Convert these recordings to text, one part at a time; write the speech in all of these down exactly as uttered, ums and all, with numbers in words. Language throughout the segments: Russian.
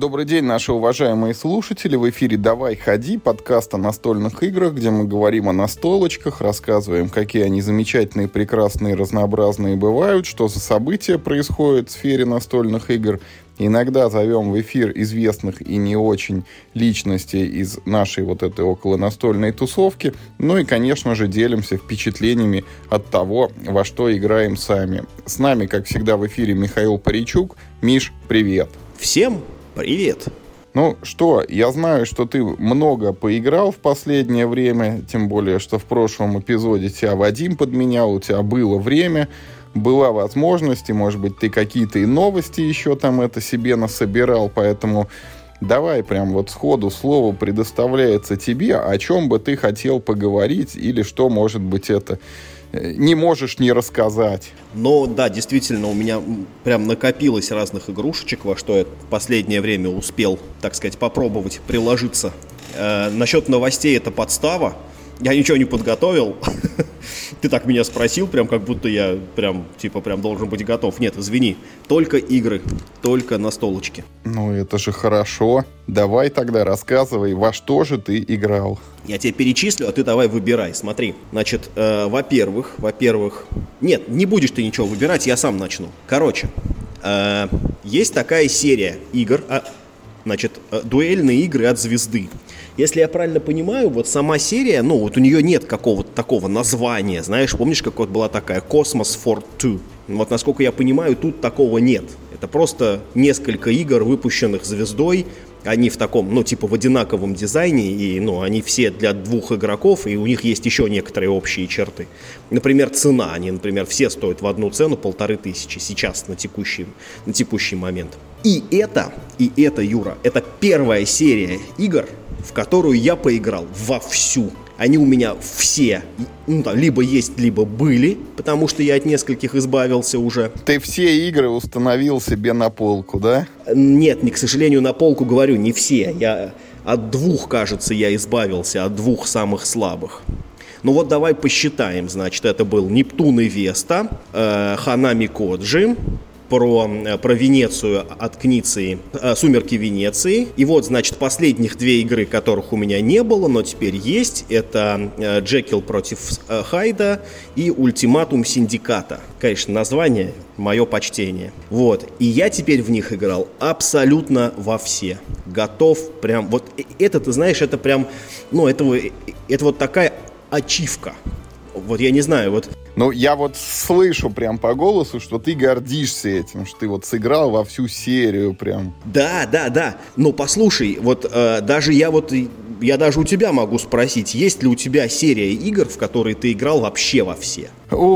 Добрый день, наши уважаемые слушатели. В эфире «Давай, ходи», подкаст о настольных играх, где мы говорим о настолочках, рассказываем, какие они замечательные, прекрасные, разнообразные бывают, что за события происходят в сфере настольных игр. Иногда зовем в эфир известных и не очень личностей из нашей вот этой околонастольной тусовки. Ну и, конечно же, делимся впечатлениями от того, во что играем сами. С нами, как всегда, в эфире Михаил Паричук. Миш, привет. Всем привет. Ну что, я знаю, что ты много поиграл в последнее время, тем более, что в прошлом эпизоде тебя Вадим подменял, у тебя было время, была возможность, и, может быть, ты какие-то и новости еще там это себе насобирал, поэтому давай прям вот сходу слово предоставляется тебе, о чем бы ты хотел поговорить, или что, может быть, это не можешь не рассказать. Ну да, действительно, у меня прям накопилось разных игрушечек, во что я в последнее время успел, так сказать, попробовать приложиться. Э, насчет новостей это подстава. Я ничего не подготовил. Ты так меня спросил, прям как будто я прям, типа, прям должен быть готов. Нет, извини, только игры, только настолочки. Ну, это же хорошо. Давай тогда рассказывай, во что же ты играл. Я тебе перечислю, а ты давай выбирай. Смотри, значит, э, во-первых, во-первых... Нет, не будешь ты ничего выбирать, я сам начну. Короче, э, есть такая серия игр, а, значит, э, дуэльные игры от Звезды. Если я правильно понимаю, вот сама серия, ну, вот у нее нет какого-то такого названия, знаешь, помнишь, как вот была такая Cosmos Four два? Вот, насколько я понимаю, тут такого нет. Это просто несколько игр, выпущенных Звездой, они в таком, ну, типа в одинаковом дизайне, и, ну, они все для двух игроков, и у них есть еще некоторые общие черты. Например, цена, они, например, все стоят в одну цену полторы тысячи сейчас на текущий, на текущий момент. И это, и это, Юра, это первая серия игр, в которую я поиграл вовсю. Они у меня все, ну, там, либо есть, либо были, потому что я от нескольких избавился уже. Ты все игры установил себе на полку, да? Нет, не, к сожалению, на полку говорю, не все. Я от двух, кажется, я избавился, от двух самых слабых. Ну вот давай посчитаем, значит, это был Нептун и Веста, э, Ханами Коджи, Про, про Венецию от Книции, Сумерки Венеции. И вот, значит, последних две игры, которых у меня не было, но теперь есть. Это Джекил против Хайда и Ультиматум Синдиката. Конечно, название мое почтение. Вот. И я теперь в них играл абсолютно во все. Готов прям... Вот это, ты знаешь, это прям... Ну, это, это вот такая ачивка. Вот я не знаю, вот... Ну, я вот слышу прям по голосу, что ты гордишься этим, что ты вот сыграл во всю серию прям. Да, да, да. Но послушай, вот э, даже я вот, я даже у тебя могу спросить, есть ли у тебя серия игр, в которые ты играл вообще во все?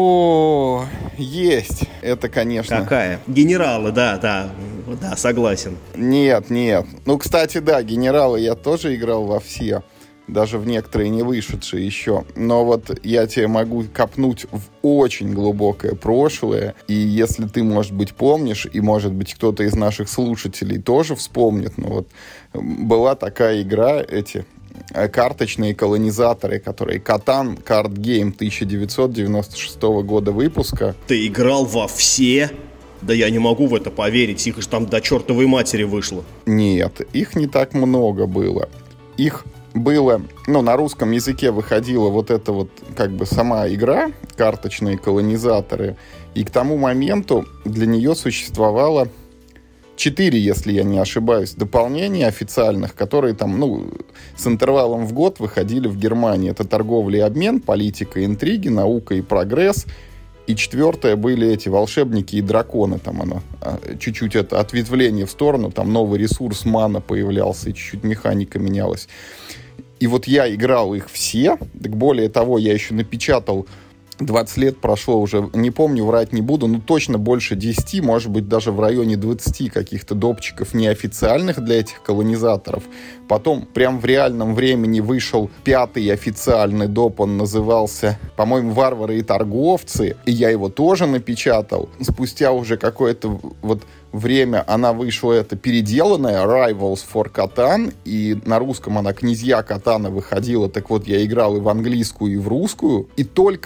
О, есть. Это, конечно. Какая? Генералы, да, да, да, согласен. Нет, нет. Ну, кстати, да, Генералы я тоже играл во все. Даже в некоторые не вышедшие еще. Но вот я тебе могу копнуть в очень глубокое прошлое. И если ты, может быть, помнишь, и, может быть, кто-то из наших слушателей тоже вспомнит, но вот была такая игра, эти карточные колонизаторы, которые Катан Card Game тысяча девятьсот девяносто шестого года выпуска. Ты играл во все? Да я не могу в это поверить, их же там до чертовой матери вышло. Нет, их не так много было. Их было, ну, на русском языке выходила вот эта вот, как бы, сама игра, карточные колонизаторы, и к тому моменту для нее существовало четыре, если я не ошибаюсь, дополнения официальных, которые там, ну, с интервалом в год выходили в Германии. Это торговля и обмен, политика, интриги, наука и прогресс. И четвертое были эти волшебники и драконы. Там оно чуть-чуть это ответвление в сторону, там новый ресурс мана появлялся, и чуть-чуть механика менялась. И вот я играл их все. Так более того, я еще напечатал, двадцать лет прошло уже, не помню, врать не буду, но точно больше десяти, может быть, даже в районе двадцати каких-то допчиков неофициальных для этих колонизаторов. Потом прям в реальном времени вышел пятый официальный доп, он назывался, по-моему, «Варвары и торговцы», и я его тоже напечатал. Спустя уже какое-то вот время она вышла, это переделанная Rivals for Catan, и на русском она «Князья Катана» выходила, так вот я играл и в английскую, и в русскую, и только, по-моему,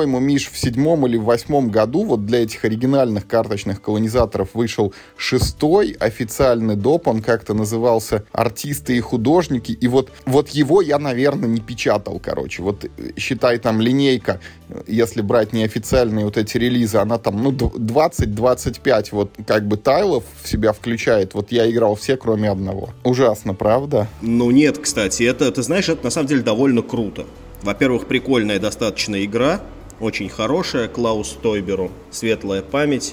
по-моему, Миш, в седьмом или в восьмом году вот для этих оригинальных карточных колонизаторов вышел шестой официальный доп, он как-то назывался «Артисты и художники», и вот, вот его я, наверное, не печатал, короче. Вот считай, там линейка, если брать неофициальные вот эти релизы, она там, ну, двадцать-двадцать пять вот как бы тайлов в себя включает. Вот я играл все, кроме одного. Ужасно, правда? Ну нет, кстати, это, ты знаешь, это на самом деле довольно круто. Во-первых, прикольная достаточно игра, очень хорошая, Клаус Тойберу, светлая память,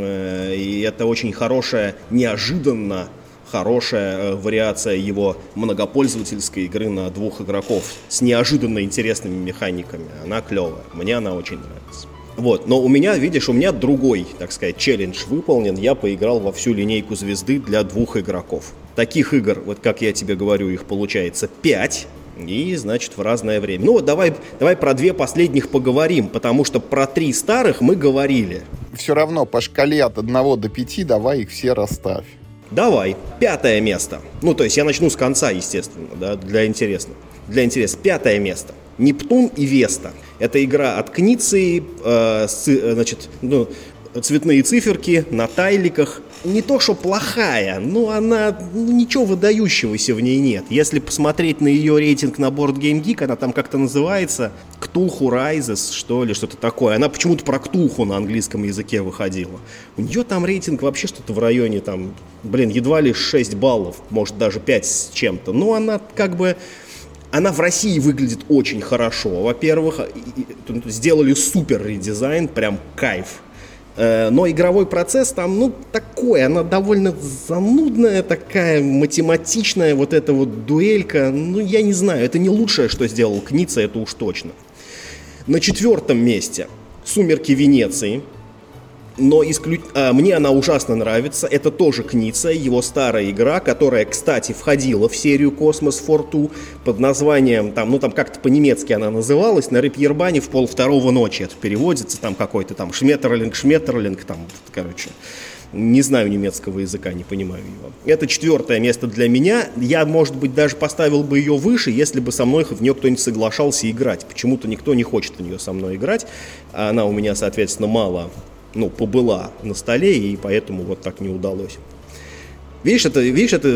э, и это очень хорошая, неожиданно хорошая э, вариация его многопользовательской игры на двух игроков с неожиданно интересными механиками. Она клевая, мне она очень нравится. Вот, но у меня, видишь, у меня другой, так сказать, челлендж выполнен. Я поиграл во всю линейку звезды для двух игроков. Таких игр, вот как я тебе говорю, их получается пять. И, значит, в разное время. Ну вот давай, давай про две последних поговорим, потому что про три старых мы говорили. Все равно по шкале от одного до пяти давай их все расставь. Давай, пятое место. Ну, то есть я начну с конца, естественно, да, для интереса. Для интереса. Пятое место. Нептун и Веста. Это игра от Книции, э, с, значит, ну, цветные циферки на тайликах. Не то, что плохая, но она, ну, ничего выдающегося в ней нет. Если посмотреть на ее рейтинг на Board Game Geek, она там как-то называется Cthulhu Rises, что ли, что-то такое. Она почему-то про Ктулху на английском языке выходила. У нее там рейтинг вообще что-то в районе, там, блин, едва ли шесть баллов, может даже пять с чем-то. Но она как бы... Она в России выглядит очень хорошо. Во-первых, сделали супер редизайн, прям кайф. Но игровой процесс там, ну, такой, она довольно занудная, такая математичная, вот эта вот дуэлька. Ну, я не знаю, это не лучшее, что сделал Кница, это уж точно. На четвертом месте «Сумерки Венеции». Но исклю... а, мне она ужасно нравится. Это тоже Кница, его старая игра, которая, кстати, входила в серию Космос фор ту под названием, там, ну там как-то по-немецки она называлась, на Репьербане в полвторого ночи это переводится, там какой-то там Шметерлинг, Шметерлинг, там, короче, не знаю немецкого языка, не понимаю его. Это четвертое место для меня. Я, может быть, даже поставил бы ее выше, если бы со мной в нее кто-нибудь соглашался играть. Почему-то никто не хочет в нее со мной играть, а она у меня, соответственно, мало... ну, побыла на столе, и поэтому вот так не удалось. Видишь, это, видишь, это,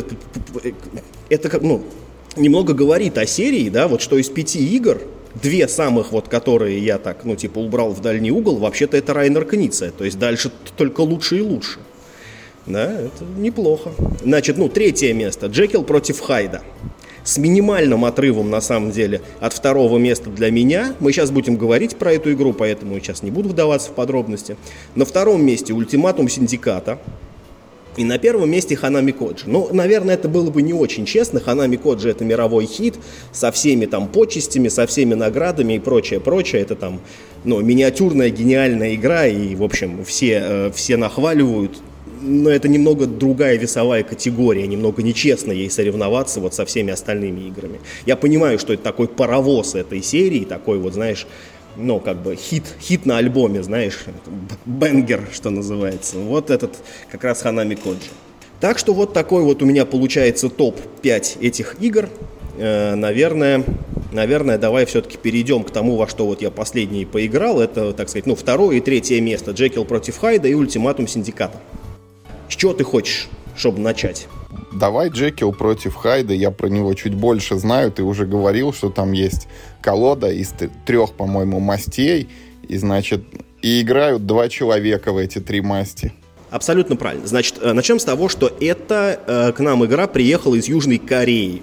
это ну, немного говорит о серии, да, вот что из пяти игр, две самых, вот, которые я так, ну, типа, убрал в дальний угол, вообще-то это Райнер Кница, то есть дальше только лучше и лучше. Да, это неплохо. Значит, ну, третье место, Джекил против Хайда. С минимальным отрывом, на самом деле, от второго места для меня. Мы сейчас будем говорить про эту игру, поэтому я сейчас не буду вдаваться в подробности. На втором месте «Ультиматум Синдиката». И на первом месте «Ханами Коджи». Ну, наверное, это было бы не очень честно. «Ханами Коджи» — это мировой хит со всеми там почестями, со всеми наградами и прочее, прочее. Это там, ну, миниатюрная гениальная игра, и, в общем, все, э, все нахваливают. Но это немного другая весовая категория, немного нечестно ей соревноваться вот со всеми остальными играми. Я понимаю, что это такой паровоз этой серии, такой вот, знаешь, ну, как бы хит, хит на альбоме, знаешь, бенгер, что называется. Вот этот как раз Ханами Коджи. Так что вот такой вот у меня получается топ пять этих игр. Э, наверное, наверное, давай все-таки перейдем к тому, во что вот я последний поиграл. Это, так сказать, ну, второе и третье место. Джекил против Хайда и Ультиматум Синдиката. С чего ты хочешь, чтобы начать? Давай Джекил против Хайда, я про него чуть больше знаю. Ты уже говорил, что там есть колода из трех, по-моему, мастей. И, значит, и играют два человека в эти три масти. Абсолютно правильно. Значит, начнем с того, что это э, к нам игра приехала из Южной Кореи.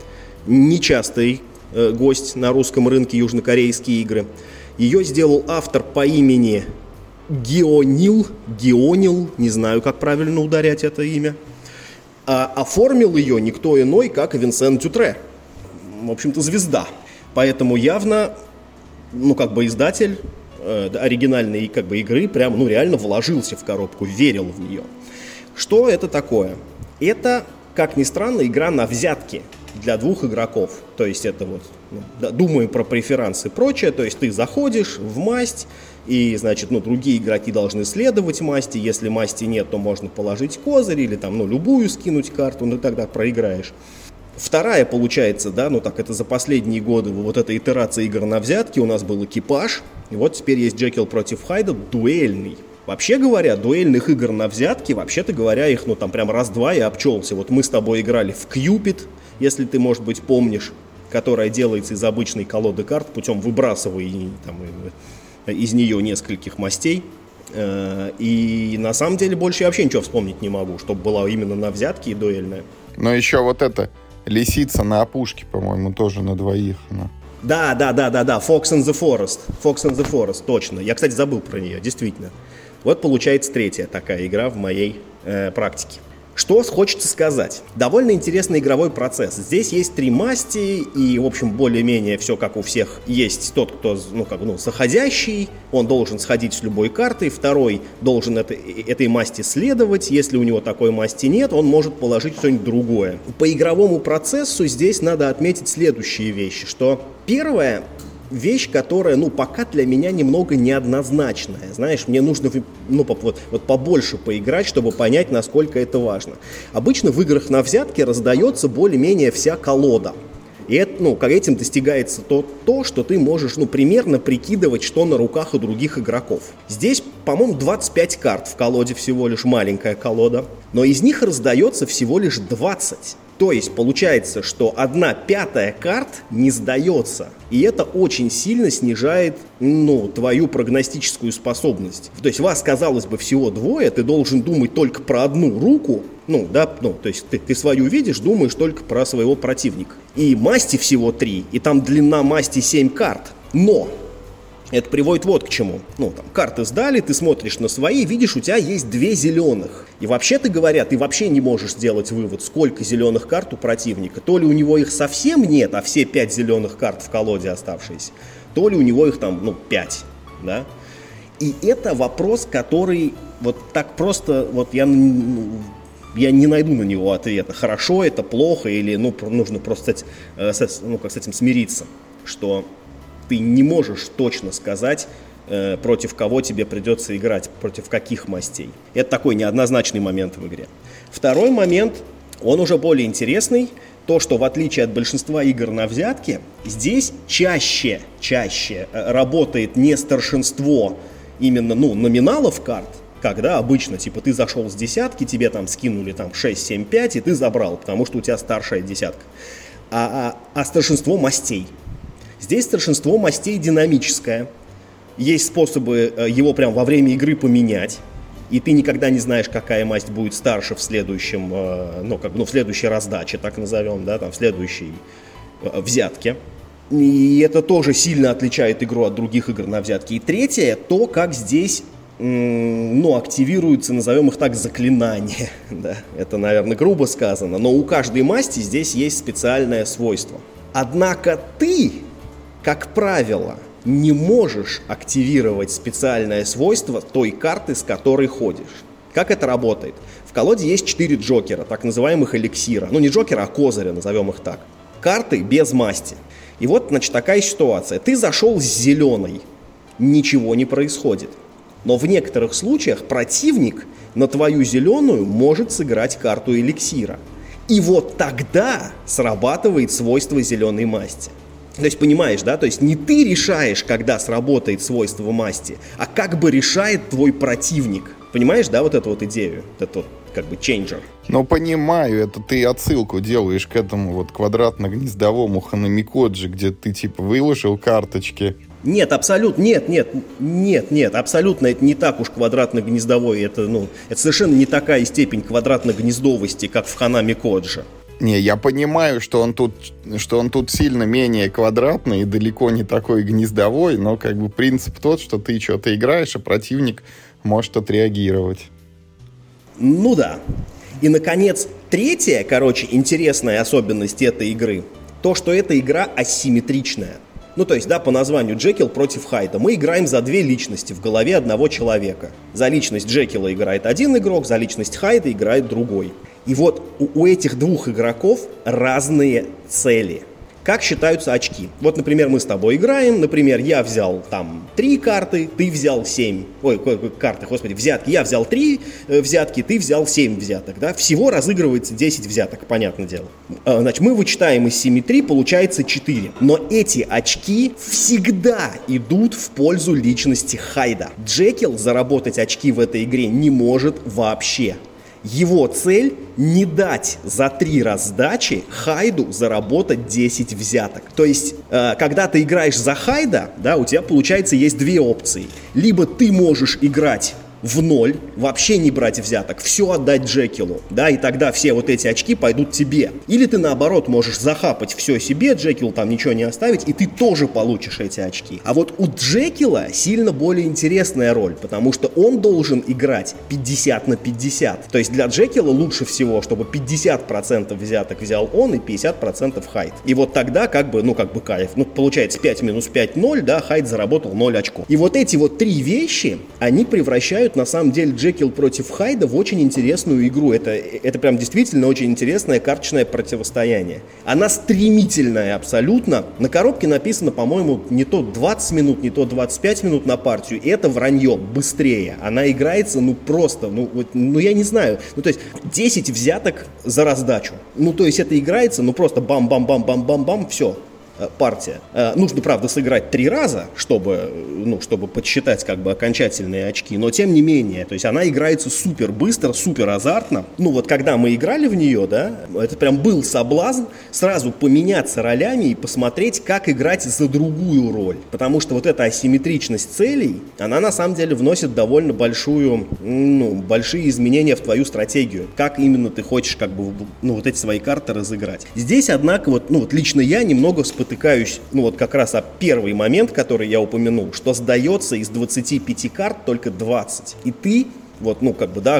Нечастый э, гость на русском рынке южнокорейские игры. Ее сделал автор по имени... Гионил, Гионил, не знаю, как правильно ударять это имя, а оформил ее никто иной, как Винсент Дютре. В общем-то, звезда. Поэтому явно, ну, как бы издатель э, оригинальной, как бы, игры прям, ну, реально вложился в коробку, верил в нее. Что это такое? Это, как ни странно, игра на взятки для двух игроков. То есть это вот, ну, да, думаем про преферансы и прочее, то есть ты заходишь в масть, и, значит, ну, другие игроки должны следовать масти. Если масти нет, то можно положить козырь или там, ну, любую скинуть карту, ну, тогда проиграешь. Вторая, получается, да, ну так, это за последние годы вот эта итерация игр на взятки, у нас был экипаж, и вот теперь есть Джекил против Хайда, дуэльный. Вообще говоря, дуэльных игр на взятки, вообще-то говоря, их, ну там прям раз-два и обчелся. Вот мы с тобой играли в Кьюпид, если ты, может быть, помнишь, которая делается из обычной колоды карт путем выбрасывания там, из нее нескольких мастей. И на самом деле больше я вообще ничего вспомнить не могу, чтобы была именно на взятки и дуэльная. Но еще вот это лисица на опушке, по-моему, тоже на двоих. Она. Да, да, да, да, да, Fox and the Forest. Fox and the Forest, точно. Я, кстати, забыл про нее, действительно. Вот получается третья такая игра в моей э, практике. Что хочется сказать? Довольно интересный игровой процесс. Здесь есть три масти, и, в общем, более-менее все как у всех. Есть тот, кто, ну, как, ну, заходящий, он должен сходить с любой картой, второй должен это, этой масти следовать, если у него такой масти нет, он может положить что-нибудь другое. По игровому процессу здесь надо отметить следующие вещи, что первое... Вещь, которая, ну, пока для меня немного неоднозначная. Знаешь, мне нужно, ну, вот, вот побольше поиграть, чтобы понять, насколько это важно. Обычно в играх на взятки раздается более-менее вся колода. И это, ну, этим достигается то, то, что ты можешь, ну, примерно прикидывать, что на руках у других игроков. Здесь, по-моему, двадцать пять карт в колоде, всего лишь маленькая колода. Но из них раздается всего лишь двадцать. То есть получается, что одна пятая карт не сдается. И это очень сильно снижает, ну, твою прогностическую способность. То есть вас, казалось бы, всего двое, ты должен думать только про одну руку. Ну, да, ну, то есть ты, ты свою видишь, думаешь только про своего противника. И масти всего три, и там длина масти семь карт. Но это приводит вот к чему. Ну, там, карты сдали, ты смотришь на свои, видишь, у тебя есть две зеленых. И вообще-то говоря, ты вообще не можешь сделать вывод, сколько зеленых карт у противника. То ли у него их совсем нет, а все пять зеленых карт в колоде оставшиеся, то ли у него их там, ну, пять, да. И это вопрос, который вот так просто, вот я, ну, я не найду на него ответа. Хорошо это, плохо, или, ну, нужно просто с, ну, как с этим смириться, что ты не можешь точно сказать, э, против кого тебе придется играть, против каких мастей. Это такой неоднозначный момент в игре. Второй момент, он уже более интересный. То, что в отличие от большинства игр на взятки, здесь чаще, чаще работает не старшинство именно, ну, номиналов карт, когда обычно, типа, ты зашел с десятки, тебе там скинули там шесть, семь, пять, и ты забрал, потому что у тебя старшая десятка. А, а, а старшинство мастей. Здесь старшинство мастей динамическое. Есть способы его прям во время игры поменять. И ты никогда не знаешь, какая масть будет старше в следующем, ну, как, ну, в следующей раздаче, так назовем, да, там, в следующей взятке. И это тоже сильно отличает игру от других игр на взятки. И третье, то, как здесь, ну, активируются, назовем их так, заклинания. Да, это, наверное, грубо сказано, но у каждой масти здесь есть специальное свойство. Однако ты, как правило, не можешь активировать специальное свойство той карты, с которой ходишь. Как это работает? В колоде есть четыре джокера, так называемых эликсира. Ну, не джокера, а козыря, назовем их так. Карты без масти. И вот, значит, такая ситуация. Ты зашел с зеленой, ничего не происходит. Но в некоторых случаях противник на твою зеленую может сыграть карту эликсира. И вот тогда срабатывает свойство зеленой масти. То есть, понимаешь, да, то есть не ты решаешь, когда сработает свойство масти, а как бы решает твой противник. Понимаешь, да, вот эту вот идею, вот этот вот, как бы, чейнджер. Ну, понимаю, это ты отсылку делаешь к этому вот квадратно-гнездовому Ханамикоджи, где ты, типа, выложил карточки. Нет, абсолютно, нет, нет, нет, нет, абсолютно это не так уж квадратно-гнездовой, это, ну, это совершенно не такая степень квадратно-гнездовости, как в Ханамикоджи. Не, я понимаю, что он тут, что он тут сильно менее квадратный и далеко не такой гнездовой, но как бы принцип тот, что ты что-то играешь, а противник может отреагировать. Ну да. И, наконец, третья, короче, интересная особенность этой игры, то, что эта игра асимметричная. Ну, то есть, да, по названию Джекил против Хайда. Мы играем за две личности в голове одного человека. За личность Джекила играет один игрок, за личность Хайда играет другой. И вот у, у этих двух игроков разные цели. как считаются очки. Вот, например, мы с тобой играем, например, я взял там три карты, ты взял семь, ой, карты, господи, взятки, я взял три взятки, ты взял семь взяток, да, всего разыгрывается десять взяток, понятное дело. Значит, мы вычитаем из семи три, получается четыре, но эти очки всегда идут в пользу личности Хайда. Джекил заработать очки в этой игре не может вообще. Его цель – не дать за три раздачи Хайду заработать десять взяток. То есть, э, когда ты играешь за Хайда, да, у тебя, получается, есть две опции. Либо ты можешь играть в ноль, вообще не брать взяток, все отдать Джекилу, да, и тогда все вот эти очки пойдут тебе. Или ты, наоборот, можешь захапать все себе, Джекилу там ничего не оставить, и ты тоже получишь эти очки. А вот у Джекила сильно более интересная роль, потому что он должен играть пятьдесят на пятьдесят. То есть для Джекила лучше всего, чтобы пятьдесят процентов взяток взял он и пятьдесят процентов Хайд. И вот тогда как бы, ну как бы кайф. Ну получается пять минус пять ноль, да, Хайд заработал ноль очков. И вот эти вот три вещи, они превращают на самом деле Джекил против Хайда в очень интересную игру. Это, это прям действительно очень интересное карточное противостояние. Она стремительная абсолютно. На коробке написано, по-моему, не то двадцать минут, не то двадцать пять минут на партию. И это вранье, быстрее. Она играется, ну просто, ну, вот, ну я не знаю. Ну то есть десять взяток за раздачу. Ну то есть это играется, ну просто бам-бам-бам-бам-бам-бам, все. Партия. Нужно, правда, сыграть три раза, чтобы, ну, чтобы подсчитать как бы окончательные очки, но тем не менее, то есть она играется супер быстро, супер азартно. Ну вот когда мы играли в нее, да, это прям был соблазн сразу поменяться ролями и посмотреть, как играть за другую роль. Потому что вот эта асимметричность целей, она на самом деле вносит довольно большую, ну, большие изменения в твою стратегию. Как именно ты хочешь как бы, ну, вот эти свои карты разыграть. Здесь, однако, вот, ну, вот лично я немного вспоминаю, Потыкаюсь, ну вот как раз о первый момент, который я упомянул, что сдается из двадцати пяти карт только двадцать. И ты вот, ну, как бы, да,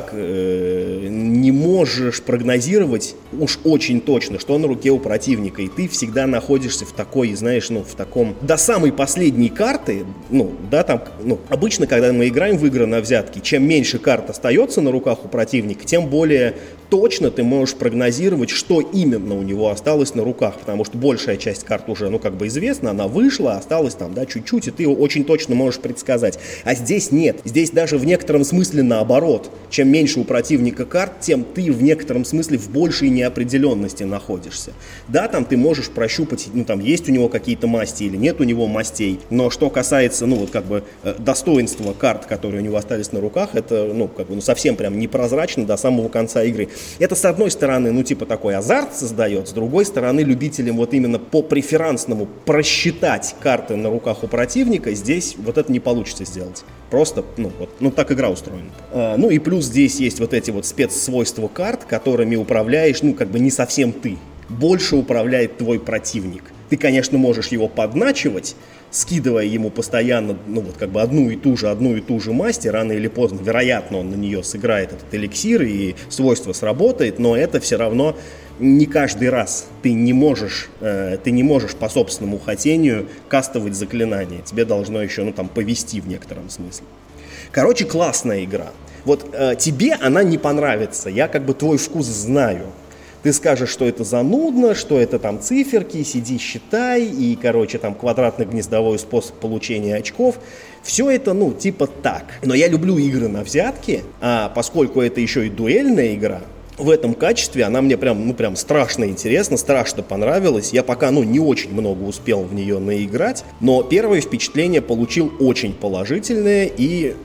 э, не можешь прогнозировать уж очень точно, что на руке у противника, и ты всегда находишься в такой, знаешь, ну, в таком, до самой последней карты, ну, да, там, ну, обычно, когда мы играем в игры на взятки, чем меньше карт остается на руках у противника, тем более точно ты можешь прогнозировать, что именно у него осталось на руках, потому что большая часть карт уже, ну, как бы известна, она вышла, осталось там, да, чуть-чуть, и ты очень точно можешь предсказать. А здесь нет, здесь даже в некотором смысле наоборот. Наоборот, чем меньше у противника карт, тем ты в некотором смысле в большей неопределенности находишься. Да, там ты можешь прощупать, ну там есть у него какие-то масти или нет у него мастей, но что касается, ну вот как бы достоинства карт, которые у него остались на руках, это, ну как бы, ну, совсем прям непрозрачно до самого конца игры. Это с одной стороны, ну типа такой азарт создает, с другой стороны, любителям вот именно по преферансному просчитать карты на руках у противника, здесь вот это не получится сделать. Просто, ну вот, ну так игра устроена. А, ну и плюс здесь есть вот эти вот спецсвойства карт, которыми управляешь, ну как бы не совсем ты. Больше управляет твой противник. Ты, конечно, можешь его подначивать, скидывая ему постоянно, ну вот как бы одну и ту же, одну и ту же масть, и рано или поздно, вероятно, он на нее сыграет этот эликсир, и свойство сработает, но это все равно не каждый раз. Ты не можешь, э, ты не можешь по собственному хотению кастовать заклинания. Тебе должно еще, ну там, повести в некотором смысле. Короче, классная игра. Вот э, тебе она не понравится, я как бы твой вкус знаю. Ты скажешь, что это занудно, что это там циферки, сиди, считай, и, короче, там квадратно-гнездовой способ получения очков. Все это, ну, типа так. Но я люблю игры на взятки, а поскольку это еще и дуэльная игра, в этом качестве она мне прям, ну, прям страшно интересна, страшно понравилась. Я пока, ну, не очень много успел в нее наиграть, но первое впечатление получил очень положительное, и,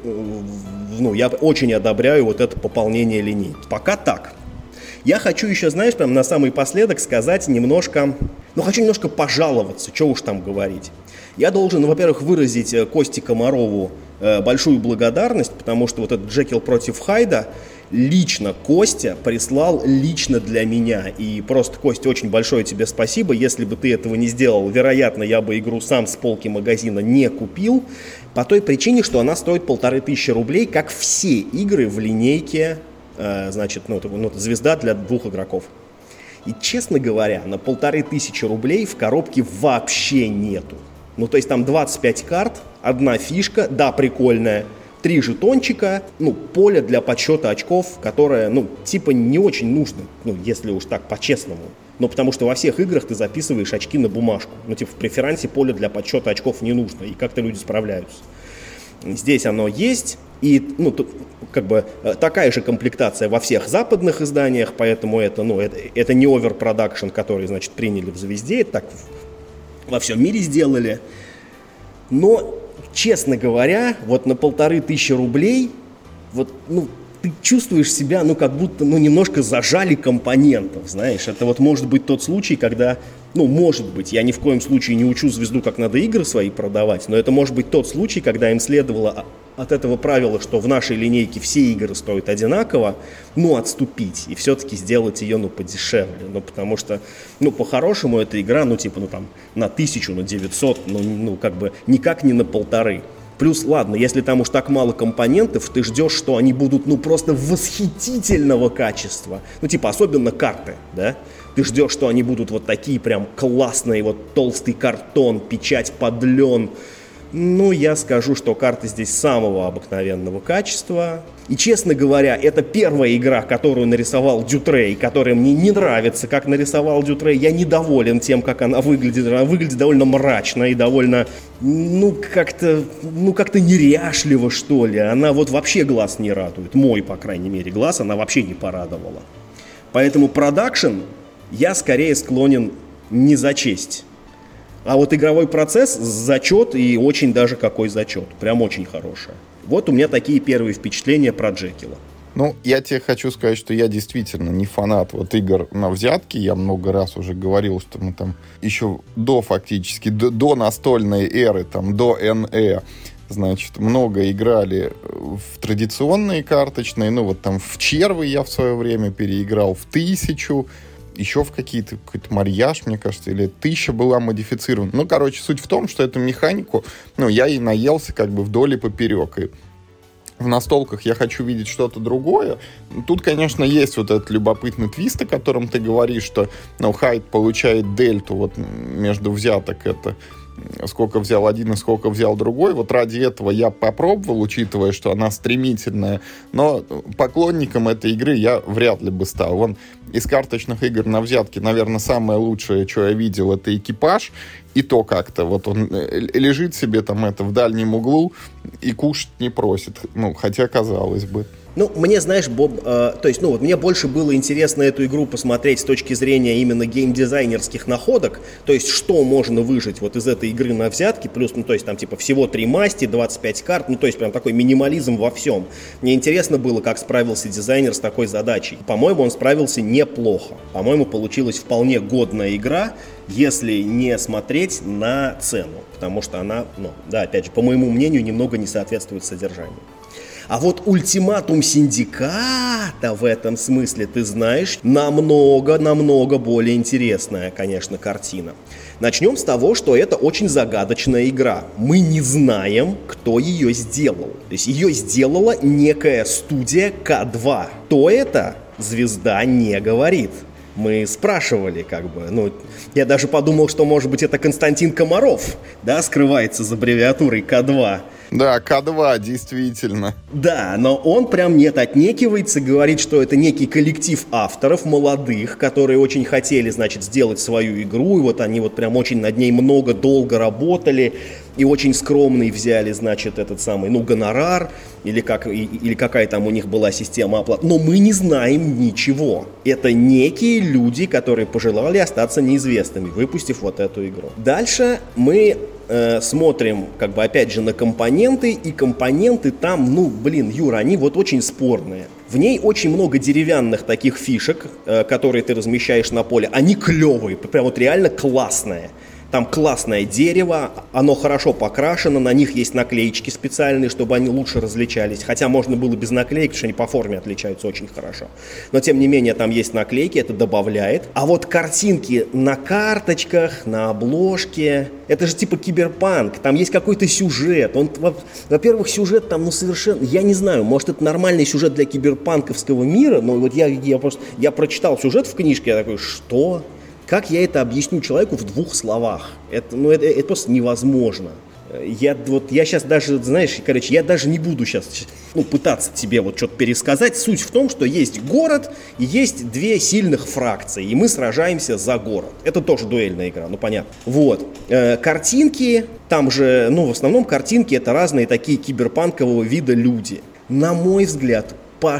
ну, я очень одобряю вот это пополнение линейки. Пока так. Я хочу еще, знаешь, прям на самый последок сказать немножко, ну, хочу немножко пожаловаться, что уж там говорить. Я должен, во-первых, выразить Косте Комарову э, большую благодарность, потому что вот этот Джекил против Хайда лично Костя прислал лично для меня. И просто, Костя, очень большое тебе спасибо. Если бы ты этого не сделал, вероятно, я бы игру сам с полки магазина не купил. По той причине, что она стоит полторы тысячи рублей, как все игры в линейке, э, значит, ну, ну, звезда для двух игроков. И, честно говоря, на полторы тысячи рублей в коробке вообще нету. Ну, то есть там двадцать пять карт, одна фишка, да, прикольная, три жетончика, ну, поле для подсчета очков, которое, ну, типа не очень нужно, ну, если уж так по-честному. но потому что во всех играх ты записываешь очки на бумажку. Ну, типа в преферансе поле для подсчета очков не нужно, и как-то люди справляются. Здесь оно есть, и, ну, тут, как бы, такая же комплектация во всех западных изданиях, поэтому это, ну, это, это не оверпродакшн, который, значит, приняли в «Звезде», это так во всем мире сделали. Но, честно говоря, вот на полторы тысячи рублей, вот, ну, ты чувствуешь себя, ну, как будто, ну, немножко зажали компонентов, знаешь. Это вот может быть тот случай, когда, ну, может быть, я ни в коем случае не учу «Звезду», как надо игры свои продавать, но это может быть тот случай, когда им следовало от этого правила, что в нашей линейке все игры стоят одинаково, ну, отступить и все-таки сделать ее, ну, подешевле. Ну, потому что, ну, по-хорошему эта игра, ну, типа, ну, там, на тысячу, на девятьсот, ну, ну, как бы, никак не на полторы. Плюс, ладно, если там уж так мало компонентов, ты ждешь, что они будут, ну, просто восхитительного качества. Ну, типа, особенно карты, да? Ты ждешь, что они будут вот такие прям классные, вот толстый картон, печать под лен. Ну, я скажу, что карты здесь самого обыкновенного качества. И, честно говоря, это первая игра, которую нарисовал Дютрей, которая мне не нравится, как нарисовал Дютрей. Я недоволен тем, как она выглядит. Она выглядит довольно мрачно и довольно, ну, как-то, ну, как-то неряшливо, что ли. Она вот вообще глаз не радует. Мой, по крайней мере, глаз она вообще не порадовала. Поэтому продакшн я скорее склонен не зачесть. А вот игровой процесс, зачет, и очень даже какой зачет. Прям очень хороший. Вот у меня такие первые впечатления про Джекила. Ну, я тебе хочу сказать, что я действительно не фанат вот игр на взятки. Я много раз уже говорил, что мы там еще до фактически, до, до настольной эры, там, до эн э, значит, много играли в традиционные карточные. Ну, вот там в червы я в свое время переиграл, в тысячу. Еще в какие-то, какой-то марьяж, мне кажется, или тысяча была модифицирована. Ну, короче, суть в том, что эту механику, ну, я и наелся как бы вдоль и поперек. И в настолках я хочу видеть что-то другое. Тут, конечно, есть вот этот любопытный твист, о котором ты говоришь, что, ну, Хайд получает дельту вот между взяток, это сколько взял один и сколько взял другой. Вот ради этого я попробовал, учитывая, что она стремительная, но поклонником этой игры я вряд ли бы стал. Вон из карточных игр на взятки, наверное, самое лучшее, что я видел, это «Экипаж». И то как-то. Вот он лежит себе там это в дальнем углу и кушать не просит. Ну, хотя казалось бы. Ну, мне, знаешь, Боб, э, то есть, ну, вот мне больше было интересно эту игру посмотреть с точки зрения именно геймдизайнерских находок, то есть, что можно выжить вот из этой игры на взятки, плюс, ну, то есть, там, типа, всего три масти, двадцать пять карт, ну, то есть, прям такой минимализм во всем. Мне интересно было, как справился дизайнер с такой задачей. По-моему, он справился неплохо. По-моему, получилась вполне годная игра, если не смотреть на цену, потому что она, ну, да, опять же, по моему мнению, немного не соответствует содержанию. А вот «Ультиматум Синдиката» в этом смысле, ты знаешь, намного-намного более интересная, конечно, картина. Начнем с того, что это очень загадочная игра. Мы не знаем, кто ее сделал. То есть ее сделала некая студия ка два. Кто это? «Звезда» не говорит. Мы спрашивали, как бы, ну, я даже подумал, что, может быть, это Константин Комаров, да, скрывается за аббревиатурой ка два. Да, ка два, действительно. Да, но он прям нет, отнекивается, говорит, что это некий коллектив авторов молодых, которые очень хотели, значит, сделать свою игру, и вот они вот прям очень над ней много, долго работали, и очень скромный взяли, значит, этот самый, ну, гонорар, или, как, или какая там у них была система оплаты. Но мы не знаем ничего. Это некие люди, которые пожелали остаться неизвестными, выпустив вот эту игру. Дальше мы э, смотрим, как бы, опять же, на компоненты, и компоненты там, ну, блин, Юра, они вот очень спорные. В ней очень много деревянных таких фишек, э, которые ты размещаешь на поле. Они клевые, прям вот реально классные. Там классное дерево, оно хорошо покрашено, на них есть наклеечки специальные, чтобы они лучше различались. Хотя можно было без наклеек, потому что они по форме отличаются очень хорошо. Но тем не менее там есть наклейки, это добавляет. А вот картинки на карточках, на обложке, это же типа киберпанк, там есть какой-то сюжет. Он, во-первых, сюжет там, ну, совершенно, я не знаю, может, это нормальный сюжет для киберпанковского мира, но вот я, я просто, я прочитал сюжет в книжке, я такой, что? Как я это объясню человеку в двух словах? Это, ну, это, это просто невозможно. Я вот, я сейчас даже, знаешь, короче, я даже не буду сейчас, ну, пытаться тебе вот что-то пересказать. Суть в том, что есть город и есть две сильных фракции, и мы сражаемся за город. Это тоже дуэльная игра, ну, понятно. Вот. Э, картинки, там же, ну, в основном картинки — это разные такие киберпанкового вида люди. На мой взгляд,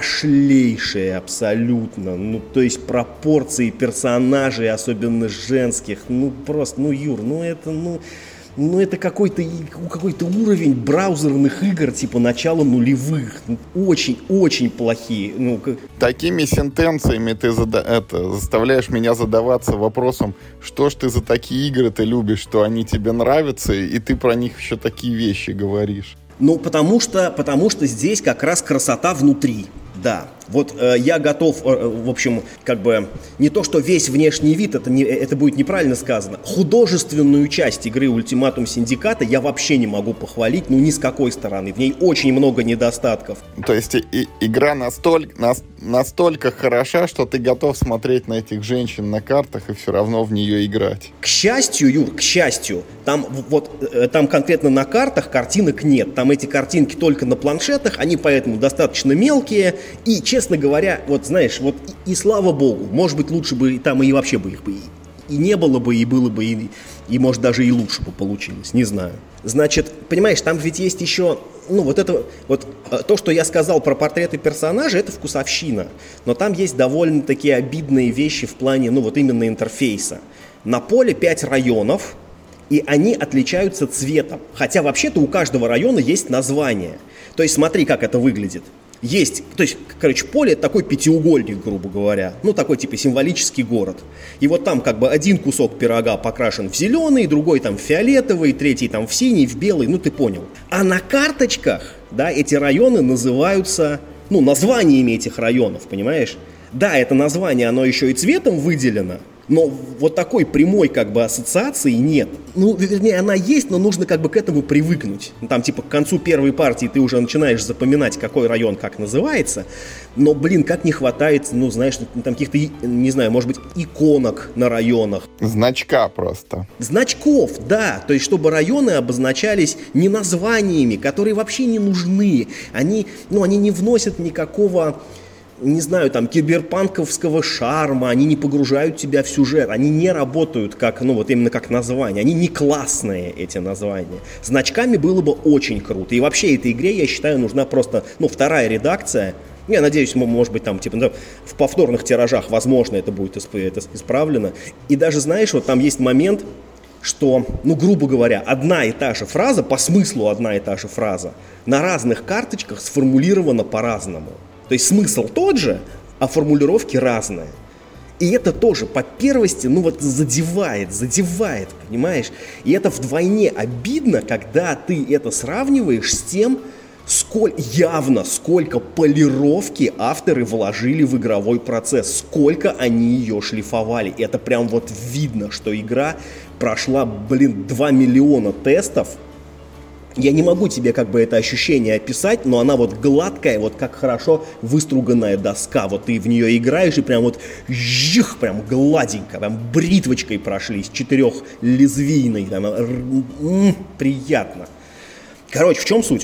пошлейшие абсолютно, ну, то есть пропорции персонажей, особенно женских, ну, просто, ну, Юр, ну, это, ну... Ну, это какой-то, какой-то уровень браузерных игр, типа начала нулевых. Очень-очень плохие. Ну, как... Такими сентенциями ты зада- это, заставляешь меня задаваться вопросом, что ж ты за такие игры ты любишь, что они тебе нравятся, и ты про них еще такие вещи говоришь. Ну, потому что, потому что здесь как раз красота внутри. Да, вот э, я готов, э, в общем, как бы, не то, что весь внешний вид, это, не, это будет неправильно сказано, художественную часть игры «Ультиматум Синдиката» я вообще не могу похвалить, ну, ни с какой стороны, в ней очень много недостатков. То есть и, и, игра настолько, нас, настолько хороша, что ты готов смотреть на этих женщин на картах и все равно в нее играть. К счастью, Юр, к счастью, там, вот, э, там конкретно на картах картинок нет, там эти картинки только на планшетах, они поэтому достаточно мелкие. И, честно говоря, вот знаешь, вот и, и слава богу, может быть, лучше бы там и вообще бы их бы и, и не было бы, и было бы, и, и может даже и лучше бы получилось, не знаю. Значит, понимаешь, там ведь есть еще, ну вот это, вот то, что я сказал про портреты персонажей, это вкусовщина, но там есть довольно такие обидные вещи в плане, ну вот именно интерфейса. На поле пять районов, и они отличаются цветом, хотя вообще-то у каждого района есть название. То есть смотри, как это выглядит. Есть, то есть, короче, поле — это такой пятиугольник, грубо говоря, ну, такой, типа, символический город. И вот там, как бы, один кусок пирога покрашен в зеленый, другой там в фиолетовый, третий там в синий, в белый, ну, ты понял. А на карточках, да, эти районы называются, ну, названиями этих районов, понимаешь? Да, это название, оно еще и цветом выделено, но вот такой прямой, как бы, ассоциации нет. Ну, вернее, она есть, но нужно, как бы, к этому привыкнуть. Ну, там, типа, к концу первой партии ты уже начинаешь запоминать, какой район как называется. Но, блин, как не хватает, ну, знаешь, там каких-то, не знаю, может быть, иконок на районах. Значка просто. Значков, да. То есть, чтобы районы обозначались не названиями, которые вообще не нужны. Они, ну, они не вносят никакого... не знаю, там, киберпанковского шарма, они не погружают тебя в сюжет, они не работают как, ну, вот именно как названия, они не классные, эти названия. Значками было бы очень круто, и вообще этой игре, я считаю, нужна просто, ну, вторая редакция. Я надеюсь, может быть, там, типа, ну, в повторных тиражах, возможно, это будет это исправлено. И даже, знаешь, вот там есть момент, что, ну, грубо говоря, одна и та же фраза, по смыслу одна и та же фраза, на разных карточках сформулирована по-разному. То есть смысл тот же, а формулировки разные. И это тоже по первости, ну вот задевает, задевает, понимаешь? И это вдвойне обидно, когда ты это сравниваешь с тем, сколь, явно сколько полировки авторы вложили в игровой процесс, сколько они ее шлифовали. Это прям вот видно, что игра прошла, блин, два миллиона тестов. Я не могу тебе как бы это ощущение описать, но она вот гладкая, вот как хорошо выструганная доска. Вот ты в нее играешь и прям вот жих, прям гладенько, прям бритвочкой прошлись, четырехлезвийной, там, м-м, приятно. Короче, в чем суть?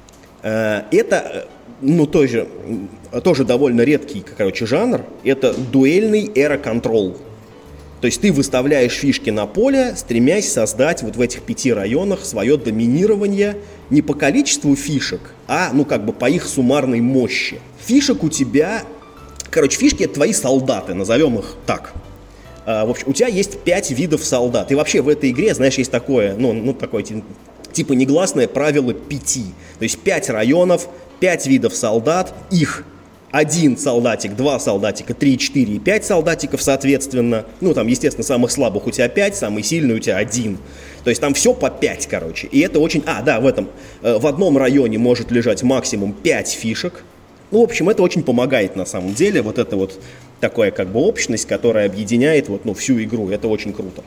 Это, ну, тоже, тоже довольно редкий, короче, жанр. Это дуэльный эра-контрол. То есть ты выставляешь фишки на поле, стремясь создать вот в этих пяти районах свое доминирование не по количеству фишек, а, ну, как бы по их суммарной мощи. Фишек у тебя... Короче, фишки — это твои солдаты, назовем их так. А, в общем, у тебя есть пять видов солдат. И вообще в этой игре, знаешь, есть такое, ну, ну такое типа негласное правило пяти. То есть пять районов, пять видов солдат, их... Один солдатик, два солдатика, три, четыре и пять солдатиков, соответственно. Ну, там, естественно, самых слабых у тебя пять, самый сильный у тебя один. То есть там все по пять, короче. И это очень... А, да, в этом... Э, в одном районе может лежать максимум пять фишек. Ну, в общем, это очень помогает на самом деле. Вот это вот такая как бы общность, которая объединяет вот, ну, всю игру. Это очень круто.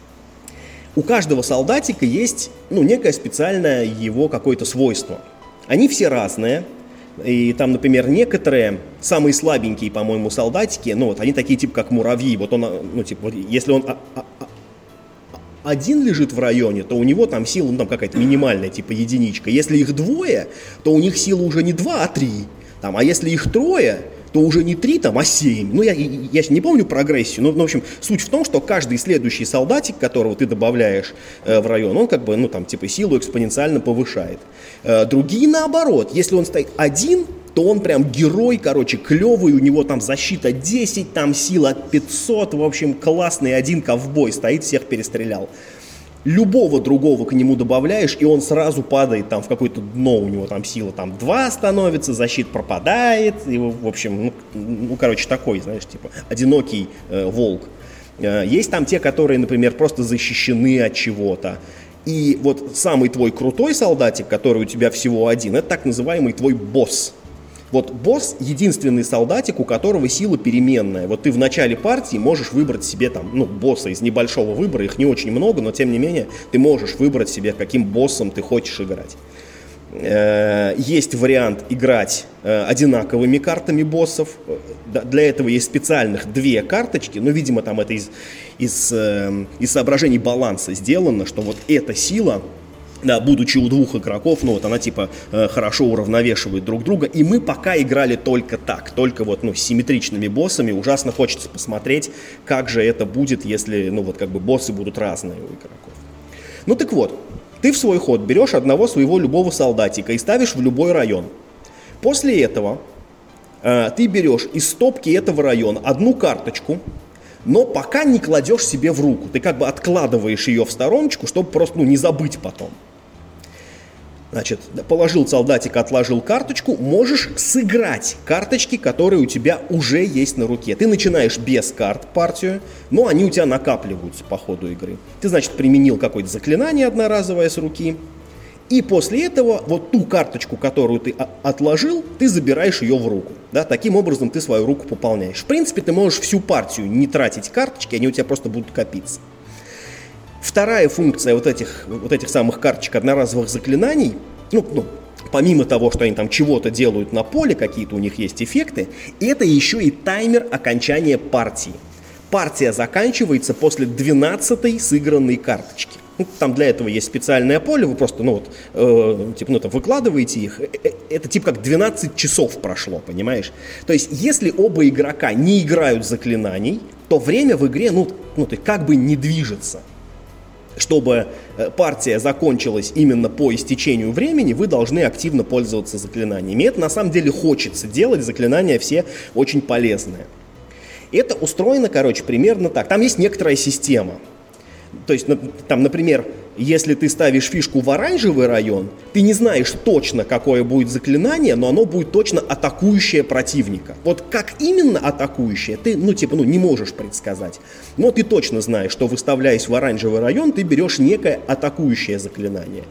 У каждого солдатика есть, ну, некое специальное его какое-то свойство. Они все разные. И там, например, некоторые, самые слабенькие, по-моему, солдатики, ну вот они такие, типа, как муравьи. Вот он, ну, типа, вот, если он а, а, а, один лежит в районе, то у него там сила, ну, там какая-то минимальная, типа единичка. Если их двое, то у них сила уже не два, а три. Там, а если их трое, то уже не три, там, а семь. Ну, я, я не помню прогрессию, но, ну, в общем, суть в том, что каждый следующий солдатик, которого ты добавляешь э, в район, он как бы, ну, там, типа, силу экспоненциально повышает. Э, другие наоборот. Если он стоит один, то он прям герой, короче, клевый, у него там защита десять, там сила пятьсот, в общем, классный один ковбой стоит, всех перестрелял. Любого другого к нему добавляешь, и он сразу падает там в какое-то дно, у него там сила там два становится, защита пропадает, и, в общем, ну, ну короче, такой, знаешь, типа, одинокий э, волк. Э, есть там те, которые, например, просто защищены от чего-то. И вот самый твой крутой солдатик, который у тебя всего один, это так называемый твой босс. Вот босс — единственный солдатик, у которого сила переменная. Вот ты в начале партии можешь выбрать себе там, ну, босса из небольшого выбора, их не очень много, но тем не менее ты можешь выбрать себе, каким боссом ты хочешь играть. Есть вариант играть одинаковыми картами боссов. Для этого есть специальных две карточки, но, видимо, там это из, из, из соображений баланса сделано, что вот эта сила... Да, будучи у двух игроков, ну вот она типа э, хорошо уравновешивает друг друга. И мы пока играли только так, только вот, ну, с симметричными боссами. Ужасно хочется посмотреть, как же это будет, если, ну, вот как бы боссы будут разные у игроков. Ну так вот, ты в свой ход берешь одного своего любого солдатика и ставишь в любой район. После этого э, ты берешь из стопки этого района одну карточку, но пока не кладешь себе в руку. Ты как бы откладываешь ее в стороночку, чтобы просто, ну, не забыть потом. Значит, положил солдатик, отложил карточку, можешь сыграть карточки, которые у тебя уже есть на руке. Ты начинаешь без карт партию, но они у тебя накапливаются по ходу игры. Ты, значит, применил какое-то заклинание одноразовое с руки, и после этого вот ту карточку, которую ты отложил, ты забираешь ее в руку. Да? Таким образом ты свою руку пополняешь. В принципе, ты можешь всю партию не тратить карточки, они у тебя просто будут копиться. Вторая функция вот этих, вот этих самых карточек одноразовых заклинаний, ну, ну, помимо того, что они там чего-то делают на поле, какие-то у них есть эффекты, это еще и таймер окончания партии. Партия заканчивается после двенадцатой сыгранной карточки. Ну, там для этого есть специальное поле, вы просто, ну вот, э, типа, ну, там, выкладываете их, это типа как двенадцать часов прошло, понимаешь? То есть, если оба игрока не играют заклинаний, то время в игре, ну, ну то есть, как бы не движется. Чтобы партия закончилась именно по истечению времени, вы должны активно пользоваться заклинаниями. И это на самом деле хочется делать, заклинания все очень полезные. Это устроено, короче, примерно так. Там есть некоторая система. То есть, там, например, если ты ставишь фишку в оранжевый район, ты не знаешь точно, какое будет заклинание, но оно будет точно атакующее противника. Вот как именно атакующее, ты, ну, типа, ну, не можешь предсказать. Но ты точно знаешь, что, выставляясь в оранжевый район, ты берешь некое атакующее заклинание.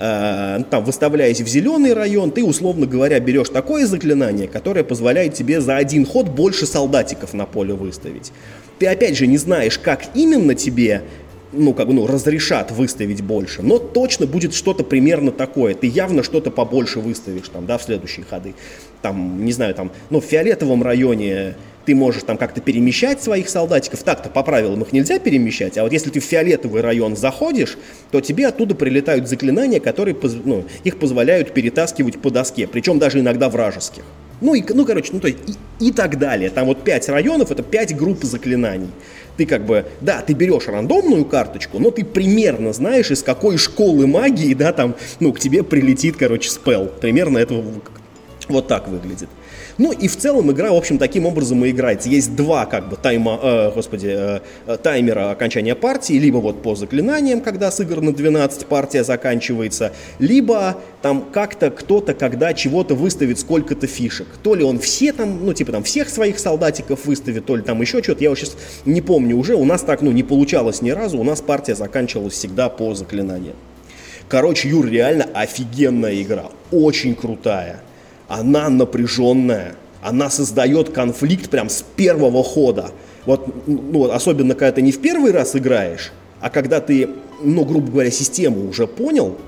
Э, там, выставляясь в зеленый район, ты, условно говоря, берешь такое заклинание, которое позволяет тебе за один ход больше солдатиков на поле выставить. Ты, опять же, не знаешь, как именно тебе... ну, как бы, ну, разрешат выставить больше, но точно будет что-то примерно такое. Ты явно что-то побольше выставишь, там, да, в следующие ходы. Там, не знаю, там, ну, в фиолетовом районе ты можешь там как-то перемещать своих солдатиков. Так-то по правилам их нельзя перемещать, а вот если ты в фиолетовый район заходишь, то тебе оттуда прилетают заклинания, которые, ну, их позволяют перетаскивать по доске, причем даже иногда вражеских. Ну, и, ну, короче, ну, то есть, и, и так далее. Там вот пять районов, это пять групп заклинаний. Ты как бы, да, ты берешь рандомную карточку, но ты примерно знаешь, из какой школы магии, да, там, ну, к тебе прилетит, короче, спелл. Примерно это вот так выглядит. Ну и в целом игра, в общем, таким образом и играется. Есть два, как бы, тайма, э, господи, э, таймера окончания партии, либо вот по заклинаниям, когда сыграно двенадцать, партия заканчивается, либо там как-то кто-то, когда чего-то выставит сколько-то фишек. То ли он все там, ну типа там всех своих солдатиков выставит, то ли там еще что-то, я вот сейчас не помню уже. У нас так, ну, не получалось ни разу, у нас партия заканчивалась всегда по заклинаниям. Короче, Юр, реально офигенная игра, очень крутая. Она напряженная, она создает конфликт прям с первого хода. Вот, ну, особенно, когда ты не в первый раз играешь, а когда ты, ну, грубо говоря, систему уже понял,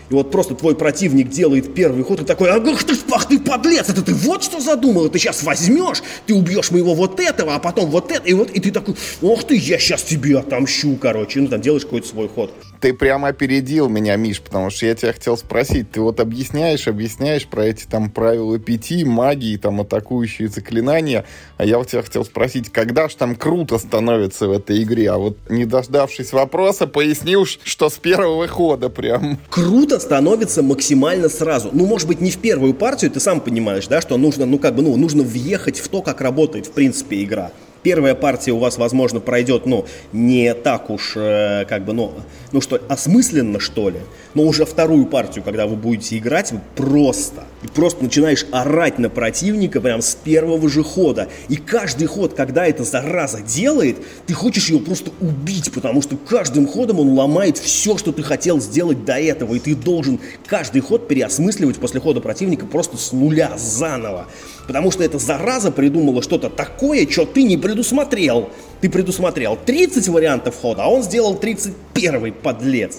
и вот просто твой противник делает первый ход, и такой, ах ты, ах ты, подлец, это ты вот что задумал, ты сейчас возьмешь, ты убьешь моего вот этого, а потом вот это, и вот, и ты такой, ох ты, я сейчас тебе отомщу, короче, ну там делаешь какой-то свой ход. Ты прямо опередил меня, Миш, потому что я тебя хотел спросить, ты вот объясняешь, объясняешь про эти там правила пяти, магии, там атакующие заклинания, а я вот тебя хотел спросить, когда же там круто становится в этой игре, а вот не дождавшись вопроса, пояснил, что с первого хода прям. Круто становится максимально сразу. Ну, может быть, не в первую партию, ты сам понимаешь, да, что нужно, ну, как бы, ну, нужно въехать в то, как работает, в принципе, игра. Первая партия у вас, возможно, пройдет, ну, не так уж, э, как бы, ну, ну что, осмысленно, что ли, но уже вторую партию, когда вы будете играть, вы просто, и просто начинаешь орать на противника прям с первого же хода. И каждый ход, когда эта зараза делает, ты хочешь его просто убить, потому что каждым ходом он ломает все, что ты хотел сделать до этого, и ты должен каждый ход переосмысливать после хода противника просто с нуля, заново. Потому что эта зараза придумала что-то такое, что ты не предусмотрел. Ты предусмотрел тридцать вариантов хода, а он сделал тридцать первый, подлец.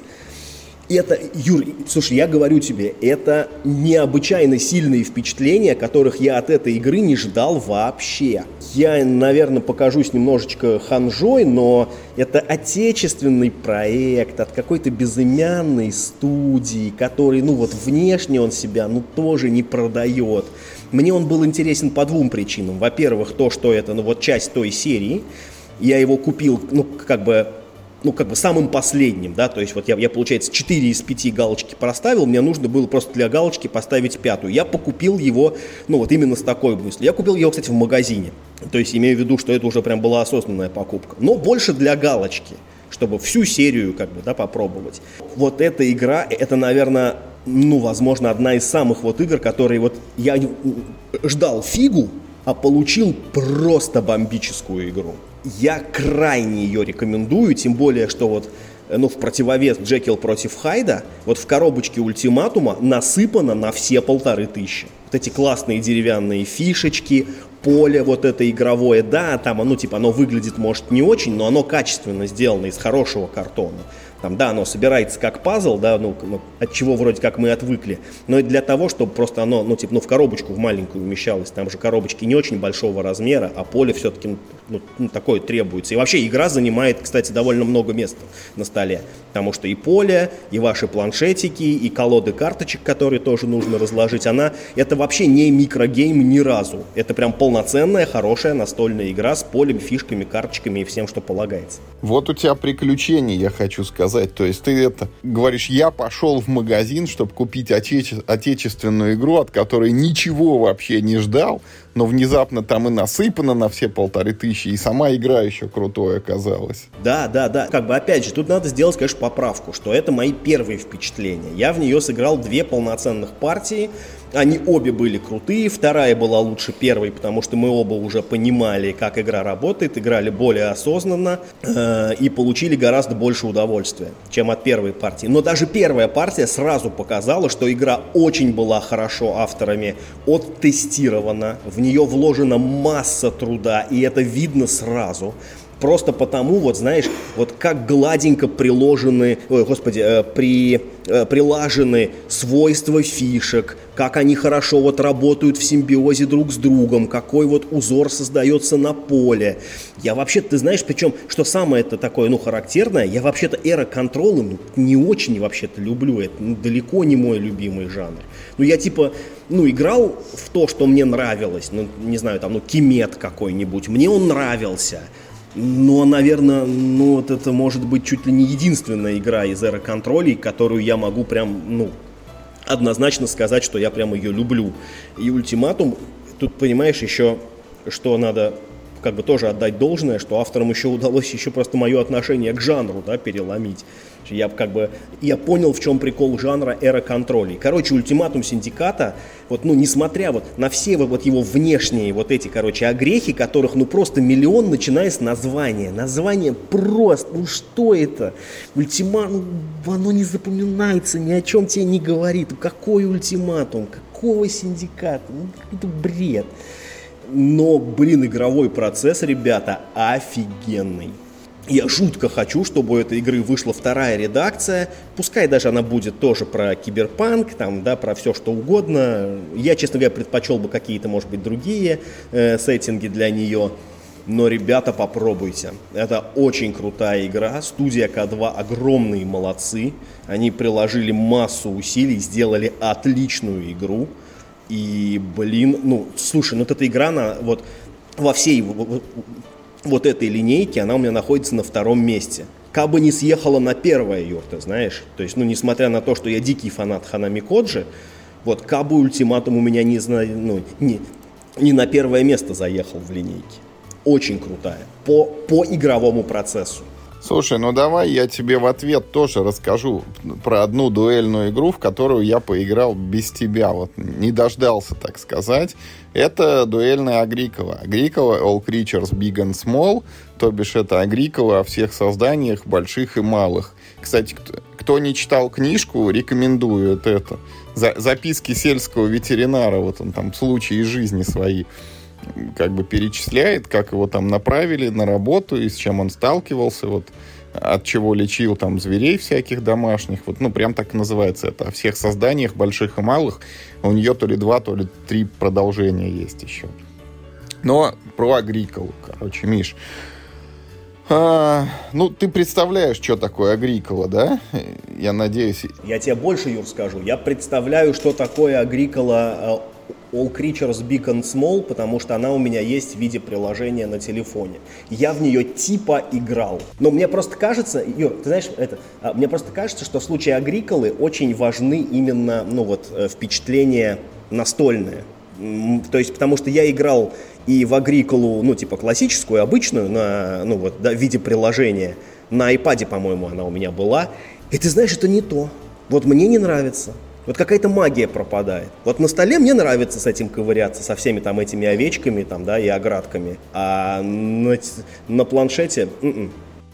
И это, Юр, слушай, я говорю тебе, это необычайно сильные впечатления, которых я от этой игры не ждал вообще. Я, наверное, покажусь немножечко ханжой, но это отечественный проект от какой-то безымянной студии, который, ну вот внешне он себя, ну тоже не продает. Мне он был интересен по двум причинам. Во-первых, то, что это, ну вот часть той серии, я его купил, ну как бы... ну, как бы самым последним, да, то есть вот я, я, получается, четыре из пяти галочки проставил, мне нужно было просто для галочки поставить пятую. Я покупил его, ну, вот именно с такой мыслью. Я купил его, кстати, в магазине, то есть имею в виду, что это уже прям была осознанная покупка, но больше для галочки, чтобы всю серию, как бы, да, попробовать. Вот эта игра, это, наверное, ну, возможно, одна из самых вот игр, которые вот я ждал фигу, а получил просто бомбическую игру. Я крайне ее рекомендую, тем более, что вот, ну, в противовес Джекил против Хайда, вот в коробочке ультиматума насыпано на все полторы тысячи. Вот эти классные деревянные фишечки, поле вот это игровое, да, там оно, типа, оно выглядит, может, не очень, но оно качественно сделано из хорошего картона. Там, да, оно собирается как пазл, да, ну, ну, от чего вроде как мы отвыкли, но и для того, чтобы просто оно, ну, типа, ну, в коробочку в маленькую умещалось. Там же коробочки не очень большого размера, а поле все-таки, ну, ну, такое требуется. И вообще игра занимает, кстати, довольно много места на столе, потому что и поле, и ваши планшетики, и колоды карточек, которые тоже нужно разложить, она, это вообще не микрогейм ни разу. Это прям полноценная, хорошая настольная игра с полем, фишками, карточками и всем, что полагается. Вот у тебя приключения, я хочу сказать. То есть ты это говоришь, я пошел в магазин, чтобы купить отече- отечественную игру, от которой ничего вообще не ждал, но внезапно там и насыпано на все полторы тысячи, и сама игра еще крутой оказалась. Да, да, да. Как бы, опять же, тут надо сделать, конечно, поправку, что это мои первые впечатления. Я в нее сыграл две полноценных партии. Они обе были крутые, вторая была лучше первой, потому что мы оба уже понимали, как игра работает, играли более осознанно э, и получили гораздо больше удовольствия, чем от первой партии. Но даже первая партия сразу показала, что игра очень была хорошо авторами оттестирована, в нее вложена масса труда, и это видно сразу. Просто потому, вот знаешь, вот как гладенько приложены, ой, господи, э, при, э, прилажены свойства фишек, как они хорошо вот работают в симбиозе друг с другом, какой вот узор создается на поле. Я вообще-то, ты знаешь, причем, что самое это такое, ну, характерное, я вообще-то Era Control, ну, не очень вообще-то люблю, это ну, далеко не мой любимый жанр. Ну, я типа, ну, играл в то, что мне нравилось, ну, не знаю, там, ну, Кимет какой-нибудь, мне он нравился. Но, наверное, ну, вот это может быть чуть ли не единственная игра из Era Control, которую я могу прям, ну, однозначно сказать, что я прям ее люблю. И Ультиматум, тут, понимаешь, еще, что надо как бы тоже отдать должное, что авторам еще удалось еще просто мое отношение к жанру, да, переломить. Я как бы, я понял, в чем прикол жанра Era Control. Короче, Ультиматум Синдиката, вот, ну, несмотря вот на все вот его внешние вот эти, короче, огрехи, которых, ну, просто миллион, начиная с названия. Название просто, ну, что это? Ультиматум, оно не запоминается, ни о чем тебе не говорит. Какой ультиматум? Какого синдиката? Ну, это бред. Но, блин, игровой процесс, ребята, офигенный. Я жутко хочу, чтобы у этой игры вышла вторая редакция. Пускай даже она будет тоже про киберпанк, там, да, про все что угодно. Я, честно говоря, предпочел бы какие-то, может быть, другие э, сеттинги для нее. Но, ребята, попробуйте. Это очень крутая игра. Студия К два огромные молодцы. Они приложили массу усилий, сделали отличную игру. И, блин, ну, слушай, ну вот эта игра, она вот во всей вот этой линейке, она у меня находится на втором месте. Кабы не съехала на первое, Юр, ты знаешь. То есть, ну, несмотря на то, что я дикий фанат Ханами Коджи, вот кабы ультиматум у меня не, ну, не, не на первое место заехал в линейке. Очень крутая. По, по игровому процессу. Слушай, ну давай я тебе в ответ тоже расскажу про одну дуэльную игру, в которую я поиграл без тебя. Вот не дождался, так сказать. Это дуэльная Агрикола. Агрикола All Creatures Big and Small, то бишь это Агрикола о всех созданиях, больших и малых. Кстати, кто, кто не читал книжку, рекомендую это. это. За, записки сельского ветеринара, вот он там случаи из жизни свои как бы перечисляет, как его там направили на работу и с чем он сталкивался, вот от чего лечил там зверей всяких домашних, вот, ну, прям так и называется это, о всех созданиях, больших и малых. У нее то ли два, то ли три продолжения есть еще. Но про Агриколу, короче, Миш. А, ну, ты представляешь, что такое Агрикола, да? Я надеюсь... Я тебе больше, Юр, скажу. Я представляю, что такое Агрикола All Creatures Big and Small, потому что она у меня есть в виде приложения на телефоне. Я в нее типа играл. Но мне просто кажется, Юр, ты знаешь, это, мне просто кажется, что в случае Агриколы очень важны именно, ну вот, впечатления настольные. То есть, потому что я играл и в Агриколу, ну, типа классическую, обычную, на, ну, вот, да, в виде приложения. На iPad, по-моему, она у меня была. И ты знаешь, это не то. Вот мне не нравится. Вот какая-то магия пропадает. Вот на столе мне нравится с этим ковыряться, со всеми там этими овечками там, да, и оградками. А на, на планшете... м-м.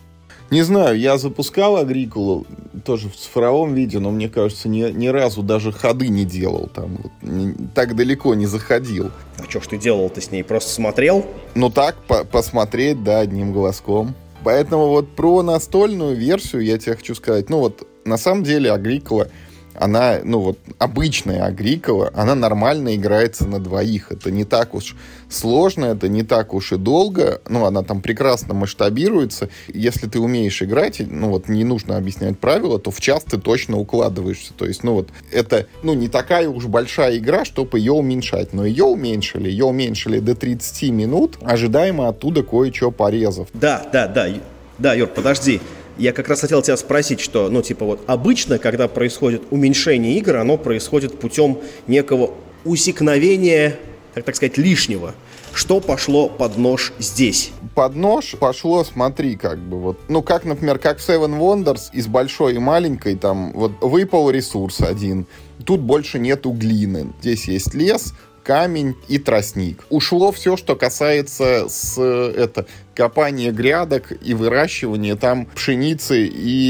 Не знаю, я запускал Агриколу тоже в цифровом виде, но мне кажется, ни, ни разу даже ходы не делал там. Вот, не, так далеко не заходил. А что ж ты делал-то с ней? Просто смотрел? Ну так, по- посмотреть, да, одним глазком. Поэтому вот про настольную версию я тебе хочу сказать. Ну вот, на самом деле Агрикола, она, ну вот, обычная Агрикола, она нормально играется на двоих. Это не так уж сложно, это не так уж и долго. Ну, она там прекрасно масштабируется. Если ты умеешь играть, ну вот, не нужно объяснять правила, то в час ты точно укладываешься. То есть, ну вот, это, ну, не такая уж большая игра, чтобы ее уменьшать. Но ее уменьшили, ее уменьшили до тридцати минут, ожидаемо оттуда кое-что порезав. Да, да, да. Да, Юр, подожди. Я как раз хотел тебя спросить, что, ну, типа, вот обычно, когда происходит уменьшение игр, оно происходит путем некого усекновения, как так сказать, лишнего. Что пошло под нож здесь? Под нож пошло, смотри, как бы вот, ну, как, например, как в Seven Wonders из большой и маленькой, там, вот, выпал ресурс один, тут больше нету глины, здесь есть лес, камень и тростник. Ушло все, что касается с, это, копания грядок и выращивания там пшеницы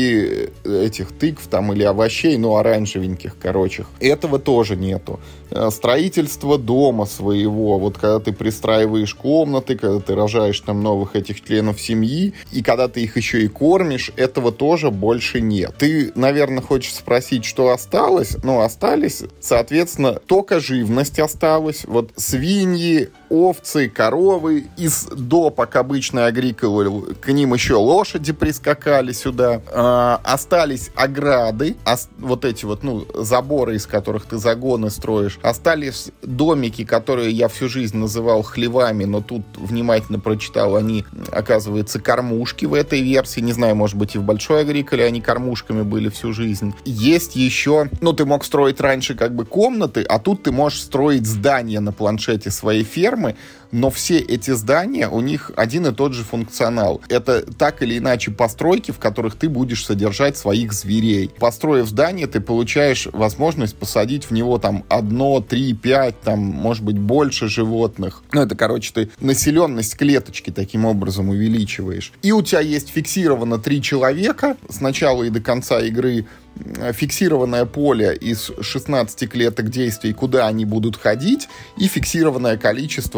и этих тыкв там или овощей, ну, оранжевеньких, короче. Этого тоже нету. Строительство дома своего, вот когда ты пристраиваешь комнаты, когда ты рожаешь там новых этих членов семьи, и когда ты их еще и кормишь, этого тоже больше нет. Ты, наверное, хочешь спросить, что осталось? Ну, остались, соответственно, только живность осталась. Вот свиньи, овцы, коровы из допок обычной Агриколы, к ним еще лошади прискакали сюда. А, остались ограды, ос, вот эти вот, ну, заборы, из которых ты загоны строишь. Остались домики, которые я всю жизнь называл хлевами, но тут внимательно прочитал, они, оказывается, кормушки в этой версии. Не знаю, может быть, и в большой Агриколе они кормушками были всю жизнь. Есть еще, ну, ты мог строить раньше как бы комнаты, а тут ты можешь строить здания на планшете своей фермы, но все эти здания, у них один и тот же функционал. Это так или иначе постройки, в которых ты будешь содержать своих зверей. Построив здание, ты получаешь возможность посадить в него там одно, три, пять, там, может быть, больше животных. Ну, это, короче, ты населенность клеточки таким образом увеличиваешь. И у тебя есть фиксировано три человека с начала и до конца игры, фиксированное поле из шестнадцати клеток действий, куда они будут ходить, и фиксированное количество восемь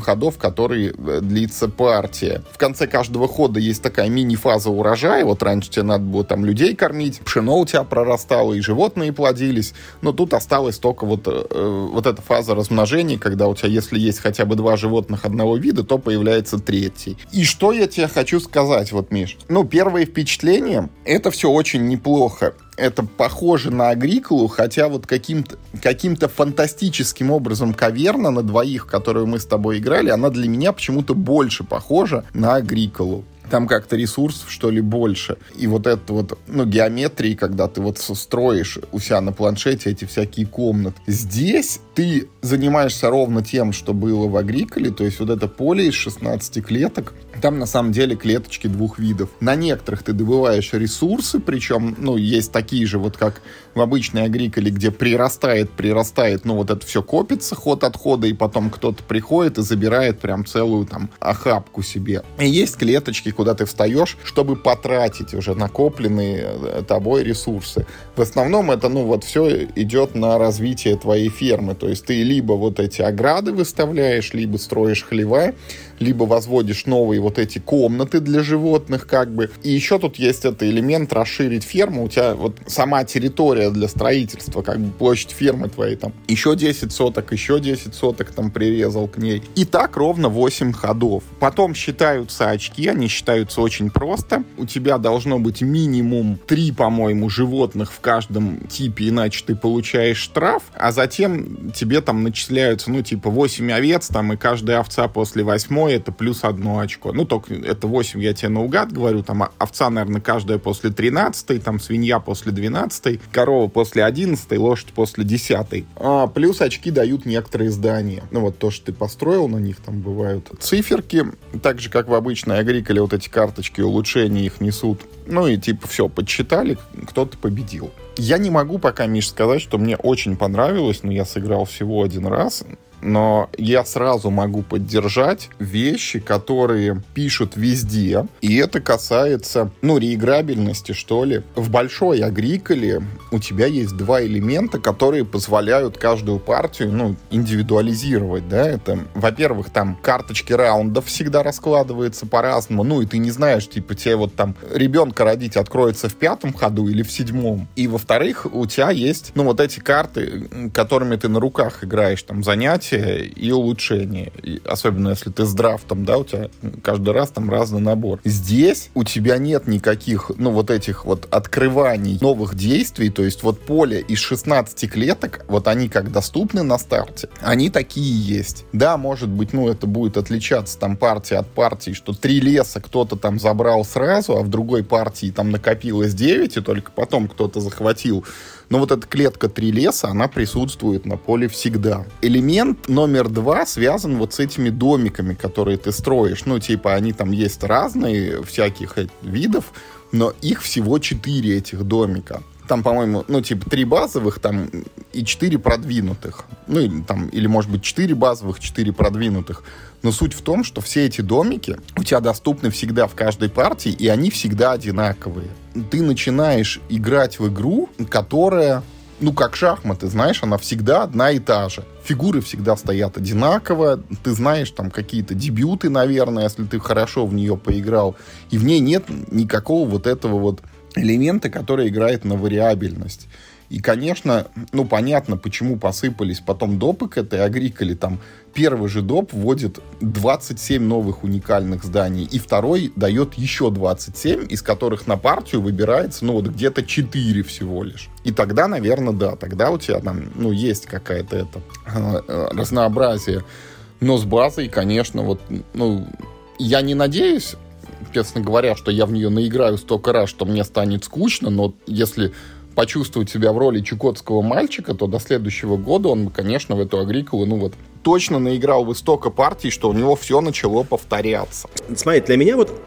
ходов, которые длится партия. В конце каждого хода есть такая мини-фаза урожая. Вот раньше тебе надо было там людей кормить, пшено у тебя прорастало, и животные плодились. Но тут осталась только вот, э, вот эта фаза размножения, когда у тебя, если есть хотя бы два животных одного вида, то появляется третий. И что я тебе хочу сказать, вот, Миш? Ну, первое впечатление, это все очень неплохо. Это похоже на Агриколу, хотя вот каким-то, каким-то фантастическим образом каверна на двоих, которую мы с тобой играли, она для меня почему-то больше похожа на Агриколу. Там как-то ресурсов, что ли, больше. И вот это вот, ну, геометрии, когда ты вот строишь у себя на планшете эти всякие комнаты. Здесь ты занимаешься ровно тем, что было в Агриколе, то есть вот это поле из шестнадцати клеток. Там, на самом деле, клеточки двух видов. На некоторых ты добываешь ресурсы, причем, ну, есть такие же, вот как в обычной Агриколе, где прирастает, прирастает, ну, вот это все копится ход от хода, и потом кто-то приходит и забирает прям целую там охапку себе. И есть клеточки, куда ты встаешь, чтобы потратить уже накопленные тобой ресурсы. В основном это, ну, вот все идет на развитие твоей фермы. То есть ты либо вот эти ограды выставляешь, либо строишь хлева, либо возводишь новые вот эти комнаты для животных, как бы. И еще тут есть этот элемент расширить ферму. У тебя вот сама территория для строительства, как бы площадь фермы твоей там. Еще десять соток, еще десять соток там прирезал к ней. И так ровно восемь ходов. Потом считаются очки, они считаются очень просто. У тебя должно быть минимум три, по-моему, животных в каждом типе, иначе ты получаешь штраф. А затем тебе там начисляются, ну, типа восемь овец, там, и каждая овца после восьмой это плюс одно очко. Ну, только это восемь, я тебе наугад говорю. Там овца, наверное, каждая после тринадцатой, там свинья после двенадцатой, корова после одиннадцатой, лошадь после десятой. А, плюс очки дают некоторые здания. Ну, вот то, что ты построил, на них там бывают циферки. Так же, как в обычной Агриколе, вот эти карточки улучшений их несут. Ну, и типа все, подсчитали, кто-то победил. Я не могу пока, Миш, сказать, что мне очень понравилось, но я сыграл всего один раз. Но я сразу могу поддержать вещи, которые пишут везде. И это касается, ну, реиграбельности, что ли. В большой Агриколе у тебя есть два элемента, которые позволяют каждую партию, ну, индивидуализировать, да. Это, во-первых, там карточки раундов всегда раскладываются по-разному. Ну, и ты не знаешь, типа, тебе вот там ребенка родить откроется в пятом ходу или в седьмом. И, во-вторых, у тебя есть, ну, вот эти карты, которыми ты на руках играешь, там, занятия и улучшения. И особенно если ты с драфтом, да, у тебя каждый раз там разный набор. Здесь у тебя нет никаких, ну, вот этих вот открываний новых действий, то есть вот поле из шестнадцати клеток, вот они как доступны на старте, они такие есть. Да, может быть, ну, это будет отличаться там партия от партии, что три леса кто-то там забрал сразу, а в другой партии там накопилось девять, и только потом кто-то захватил. Но вот эта клетка три леса, она присутствует на поле всегда. Элемент номер два связан вот с этими домиками, которые ты строишь. Ну, типа, они там есть разные, всяких видов, но их всего четыре этих домика. Там, по-моему, ну, типа, три базовых там и четыре продвинутых. Ну, или, там, или, может быть, четыре базовых, четыре продвинутых. Но суть в том, что все эти домики у тебя доступны всегда в каждой партии, и они всегда одинаковые. Ты начинаешь играть в игру, которая, ну, как шахматы, знаешь, она всегда одна и та же. Фигуры всегда стоят одинаково, ты знаешь там какие-то дебюты, наверное, если ты хорошо в нее поиграл, и в ней нет никакого вот этого вот элемента, который играет на вариабельность. И, конечно, ну, понятно, почему посыпались потом допы к этой Агриколе. Там первый же доп вводит двадцать семь новых уникальных зданий, и второй дает еще двадцать семь, из которых на партию выбирается, ну, вот где-то четыре всего лишь. И тогда, наверное, да, тогда у тебя там, ну, есть какая-то это э, разнообразие. Но с базой, конечно, вот, ну, я не надеюсь, честно говоря, что я в нее наиграю столько раз, что мне станет скучно, но если почувствовать себя в роли чукотского мальчика, то до следующего года он, конечно, в эту Агриколу, ну вот, точно наиграл бы столько партий, что у него все начало повторяться. Смотри, для меня вот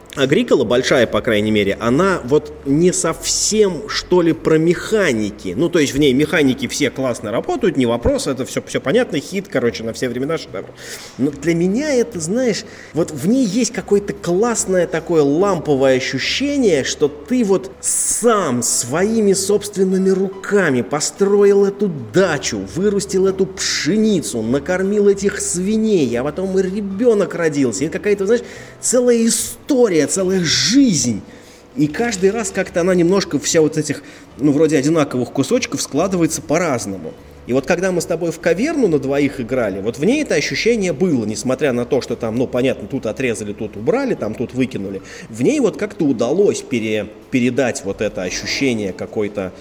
Агрикола, большая, по крайней мере, она вот не совсем, что ли, про механики. Ну, то есть в ней механики все классно работают, не вопрос, это все, все понятно, хит, короче, на все времена шедевр. Но для меня это, знаешь, вот в ней есть какое-то классное такое ламповое ощущение, что ты вот сам своими собственными руками построил эту дачу, вырастил эту пшеницу, накормил этих свиней, а потом и ребенок родился, и какая-то, знаешь, целая история, целая жизнь. И каждый раз как-то она немножко вся вот этих, ну, вроде одинаковых кусочков складывается по-разному. И вот когда мы с тобой в каверну на двоих играли, вот в ней это ощущение было, несмотря на то, что там, ну, понятно, тут отрезали, тут убрали, там, тут выкинули. В ней вот как-то удалось пере, передать вот это ощущение какой-то,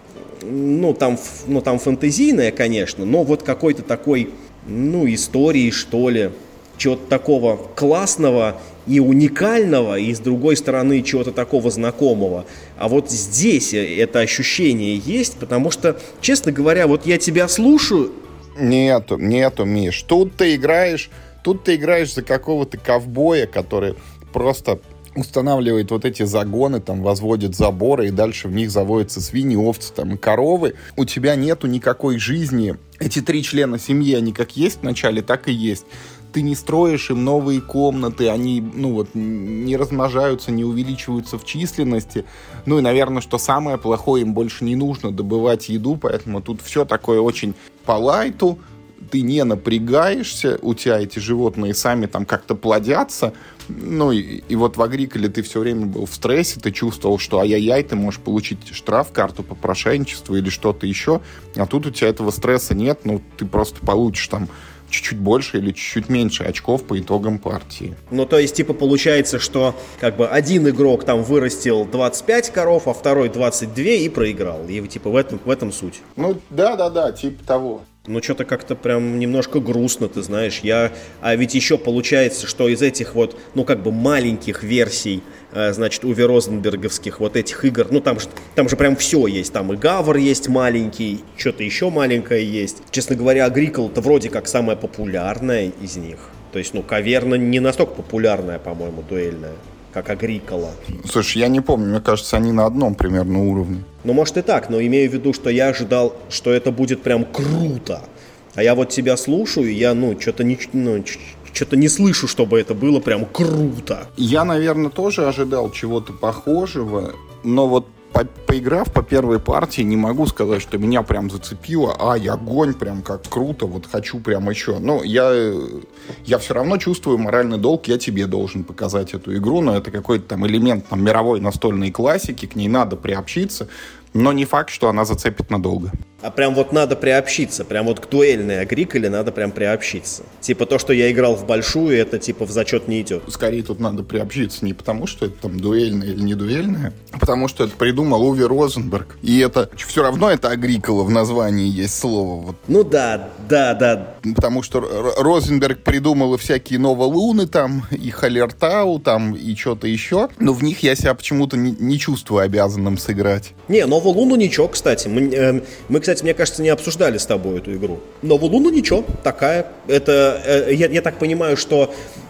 ну, там, ну, там фэнтезийное, конечно, но вот какой-то такой, ну, истории, что ли, чего-то такого классного и уникального, и с другой стороны чего-то такого знакомого. А вот здесь это ощущение есть, потому что, честно говоря, вот я тебя слушаю... Нету, нету, Миш. Тут ты играешь, тут ты играешь за какого-то ковбоя, который просто устанавливает вот эти загоны, там, возводит заборы, и дальше в них заводятся свиньи, овцы, там, и коровы. У тебя нету никакой жизни. Эти три члена семьи, они как есть вначале, так и есть. Ты не строишь им новые комнаты, они, ну вот, не размножаются, не увеличиваются в численности. Ну и, наверное, что самое плохое, им больше не нужно добывать еду, поэтому тут все такое очень по лайту. Ты не напрягаешься, у тебя эти животные сами там как-то плодятся. Ну и, и вот в Агриколе ты все время был в стрессе, ты чувствовал, что ай-яй-яй, ты можешь получить штраф, карту попрошайничества или что-то еще. А тут у тебя этого стресса нет, ну ты просто получишь там чуть-чуть больше или чуть-чуть меньше очков по итогам партии. Ну, то есть, типа, получается, что как бы один игрок там вырастил двадцать пять коров, а второй двадцать два и проиграл. И, типа, в этом, в этом суть. Ну, да-да-да, типа того. Ну, что-то как-то прям немножко грустно, ты знаешь. Я... А ведь еще получается, что из этих вот, ну, как бы маленьких версий, э, значит, Уве Розенберговских вот этих игр, ну, там же, там же прям все есть. Там и Гавр есть маленький, что-то еще маленькое есть. Честно говоря, Агрикола-то вроде как самая популярная из них. То есть, ну, Каверна не настолько популярная, по-моему, дуэльная, как Агрикола. Слушай, я не помню, мне кажется, они на одном примерно уровне. Ну, может и так, но имею в виду, что я ожидал, что это будет прям круто. А я вот тебя слушаю, и я, ну, что-то не, ну, что-то не слышу, чтобы это было прям круто. Я, наверное, тоже ожидал чего-то похожего, но вот по, поиграв по первой партии, не могу сказать, что меня прям зацепило. Ай, огонь, прям как круто, вот хочу прям еще. Ну, я, я все равно чувствую моральный долг, я тебе должен показать эту игру, но это какой-то там элемент там, мировой настольной классики, к ней надо приобщиться, но не факт, что она зацепит надолго. А прям вот надо приобщиться, прям вот к дуэльной Агриколе надо прям приобщиться. Типа то, что я играл в большую, это типа в зачет не идет. Скорее тут надо приобщиться не потому, что это там дуэльная или не дуэльная, а потому что это придумал Уве Розенберг. И это все равно это Агрикола, в названии есть слово. Вот. Ну да, да, да. Потому что Розенберг придумал и всякие Новолуны там, и Халертау там, и что-то еще. Но в них я себя почему-то не, не чувствую обязанным сыграть. Не, Новолуну ничего, кстати. Мы, э, мы, кстати, мне кажется, не обсуждали с тобой эту игру. Новолуну ничего, такая. Это, э, я, я так понимаю, что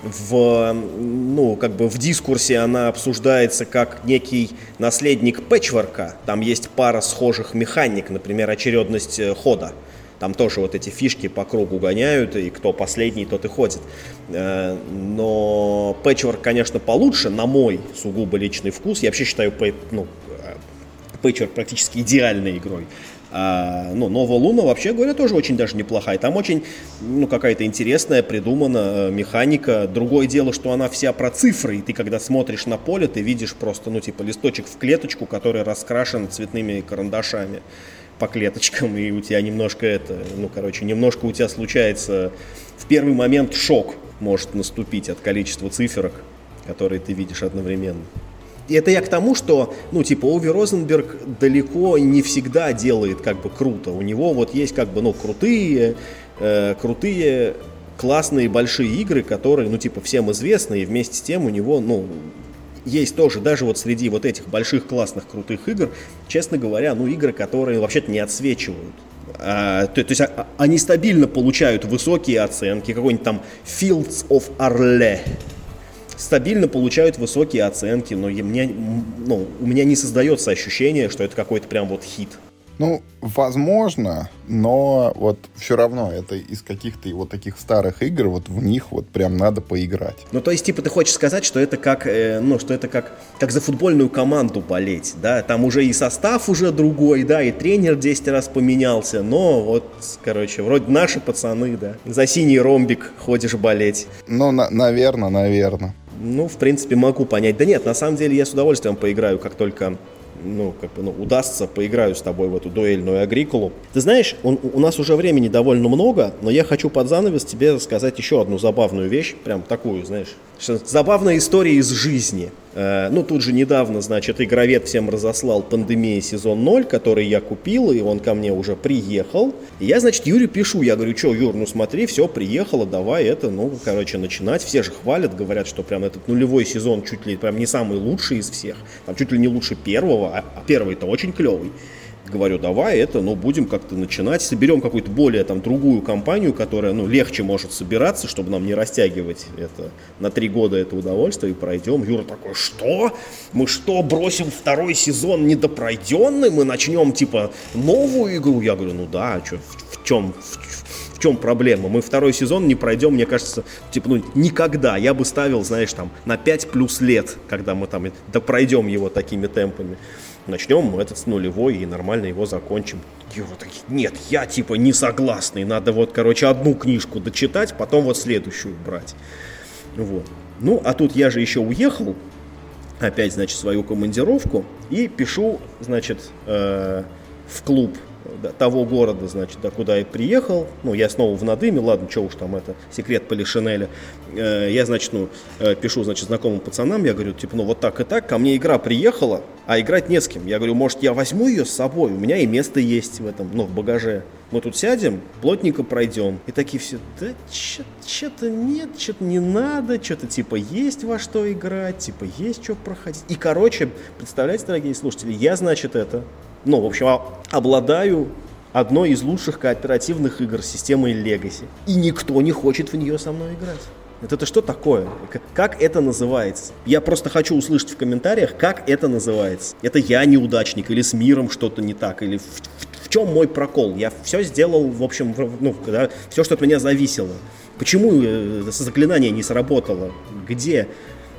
в, ну, как бы в дискурсе она обсуждается как некий наследник пэтчворка. Там есть пара схожих механик, например, очередность хода. Там тоже вот эти фишки по кругу гоняют, и кто последний, тот и ходит. Но пэтчворк, конечно, получше, на мой сугубо личный вкус. Я вообще считаю, ну, пэтчворк практически идеальной игрой. А, ну, Новолуна, вообще говоря, тоже очень даже неплохая. Там очень, ну, какая-то интересная, придумана механика. Другое дело, что она вся про цифры, и ты, когда смотришь на поле, ты видишь просто, ну, типа, листочек в клеточку, который раскрашен цветными карандашами по клеточкам, и у тебя немножко это, ну, короче, немножко у тебя случается в первый момент шок может наступить от количества циферок, которые ты видишь одновременно. И это я к тому, что, ну, типа, Уве Розенберг далеко не всегда делает, как бы, круто. У него вот есть, как бы, ну, крутые, э, крутые, классные, большие игры, которые, ну, типа, всем известны, и вместе с тем у него, ну, есть тоже, даже вот среди вот этих больших, классных, крутых игр, честно говоря, ну, игры, которые вообще-то не отсвечивают. А, то, то есть а, они стабильно получают высокие оценки, какой-нибудь там Fields of Arle. стабильно получают высокие оценки, но я, мне, ну, у меня не создается ощущение, что это какой-то прям вот хит. Ну, возможно, но вот все равно это из каких-то вот таких старых игр, вот в них вот прям надо поиграть. Ну, то есть, типа, ты хочешь сказать, что это как, э, ну, что это как, как за футбольную команду болеть, да? Там уже и состав уже другой, да, и тренер десять раз поменялся, но вот, короче, вроде наши пацаны, да, за синий ромбик ходишь болеть. Ну, на- наверное, наверное. Ну, в принципе, могу понять. Да нет, на самом деле я с удовольствием поиграю, как только... ну, как бы, ну, удастся, поиграю с тобой в эту дуэльную Агриколу. Ты знаешь, он, у нас уже времени довольно много, но я хочу под занавес тебе сказать еще одну забавную вещь, прям такую, знаешь, что забавная история из жизни. Э, ну, тут же недавно, значит, Игровед всем разослал «Пандемия сезон ноль», который я купил, и он ко мне уже приехал. И я, значит, Юре пишу, я говорю, что, Юр, ну смотри, все, приехало, давай это, ну, короче, начинать. Все же хвалят, говорят, что прям этот нулевой сезон чуть ли прям не самый лучший из всех, там чуть ли не лучше первого, а первый-то очень клевый. Говорю, давай это, ну, будем как-то начинать, соберем какую-то более там другую компанию, которая, ну, легче может собираться, чтобы нам не растягивать это на три года это удовольствие, и пройдем. Юра такой, что? Мы что, бросим второй сезон недопройденный? Мы начнем, типа, новую игру? Я говорю, ну да, что, в, в чем... В, В чем проблема? Мы второй сезон не пройдем, мне кажется, типа, ну, никогда. Я бы ставил, знаешь, там, на пять плюс лет, когда мы там допройдем его такими темпами. Начнем мы этот с нулевой и нормально его закончим. Юра такие, нет, я типа не согласный. Надо вот, короче, одну книжку дочитать, потом вот следующую брать. Вот. Ну, а тут я же еще уехал, опять, значит, свою командировку, и пишу, значит, э, в клуб того города, значит, да, куда я приехал. Ну, я снова в Надыме, ладно, что уж там, это секрет Полишинеля. Э, я, значит, ну, э, пишу, значит, знакомым пацанам, я говорю, типа, ну, вот так и так, ко мне игра приехала, а играть не с кем. Я говорю, может, я возьму ее с собой, у меня и место есть в этом, ну, в багаже. Мы тут сядем, плотненько пройдем. И такие все, да что-то нет, что-то не надо, что-то типа есть во что играть, типа есть что проходить. И, короче, представляете, дорогие слушатели, я, значит, это, ну, в общем, обладаю одной из лучших кооперативных игр с системой Legacy. И никто не хочет в нее со мной играть. Это что такое? Как это называется? Я просто хочу услышать в комментариях, как это называется. Это я неудачник, или с миром что-то не так, или в, в, в чем мой прокол? Я все сделал, в общем, ну, да, все, что от меня зависело. Почему заклинание не сработало? Где,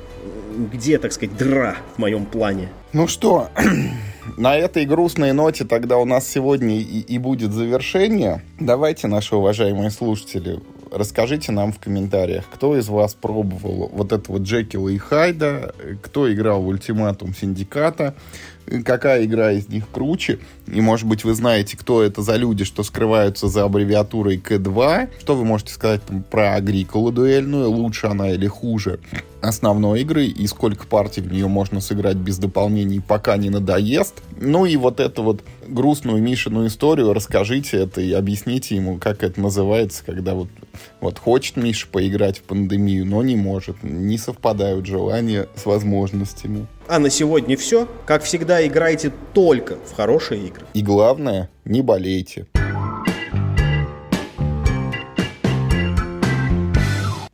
где, так сказать, дыра в моем плане? Ну что, на этой грустной ноте тогда у нас сегодня и, и будет завершение. Давайте, наши уважаемые слушатели, расскажите нам в комментариях, кто из вас пробовал вот этого Джекила и Хайда, кто играл в Ультиматум Синдиката, какая игра из них круче, и, может быть, вы знаете, кто это за люди, что скрываются за аббревиатурой К два, что вы можете сказать там, про Агриколу дуэльную, лучше она или хуже основной игры, и сколько партий в нее можно сыграть без дополнений, пока не надоест. Ну и вот эту вот грустную Мишину историю расскажите это и объясните ему, как это называется, когда вот, вот хочет Миша поиграть в Пандемию, но не может, не совпадают желания с возможностями. А на сегодня все. Как всегда, играйте только в хорошие игры. И главное, не болейте.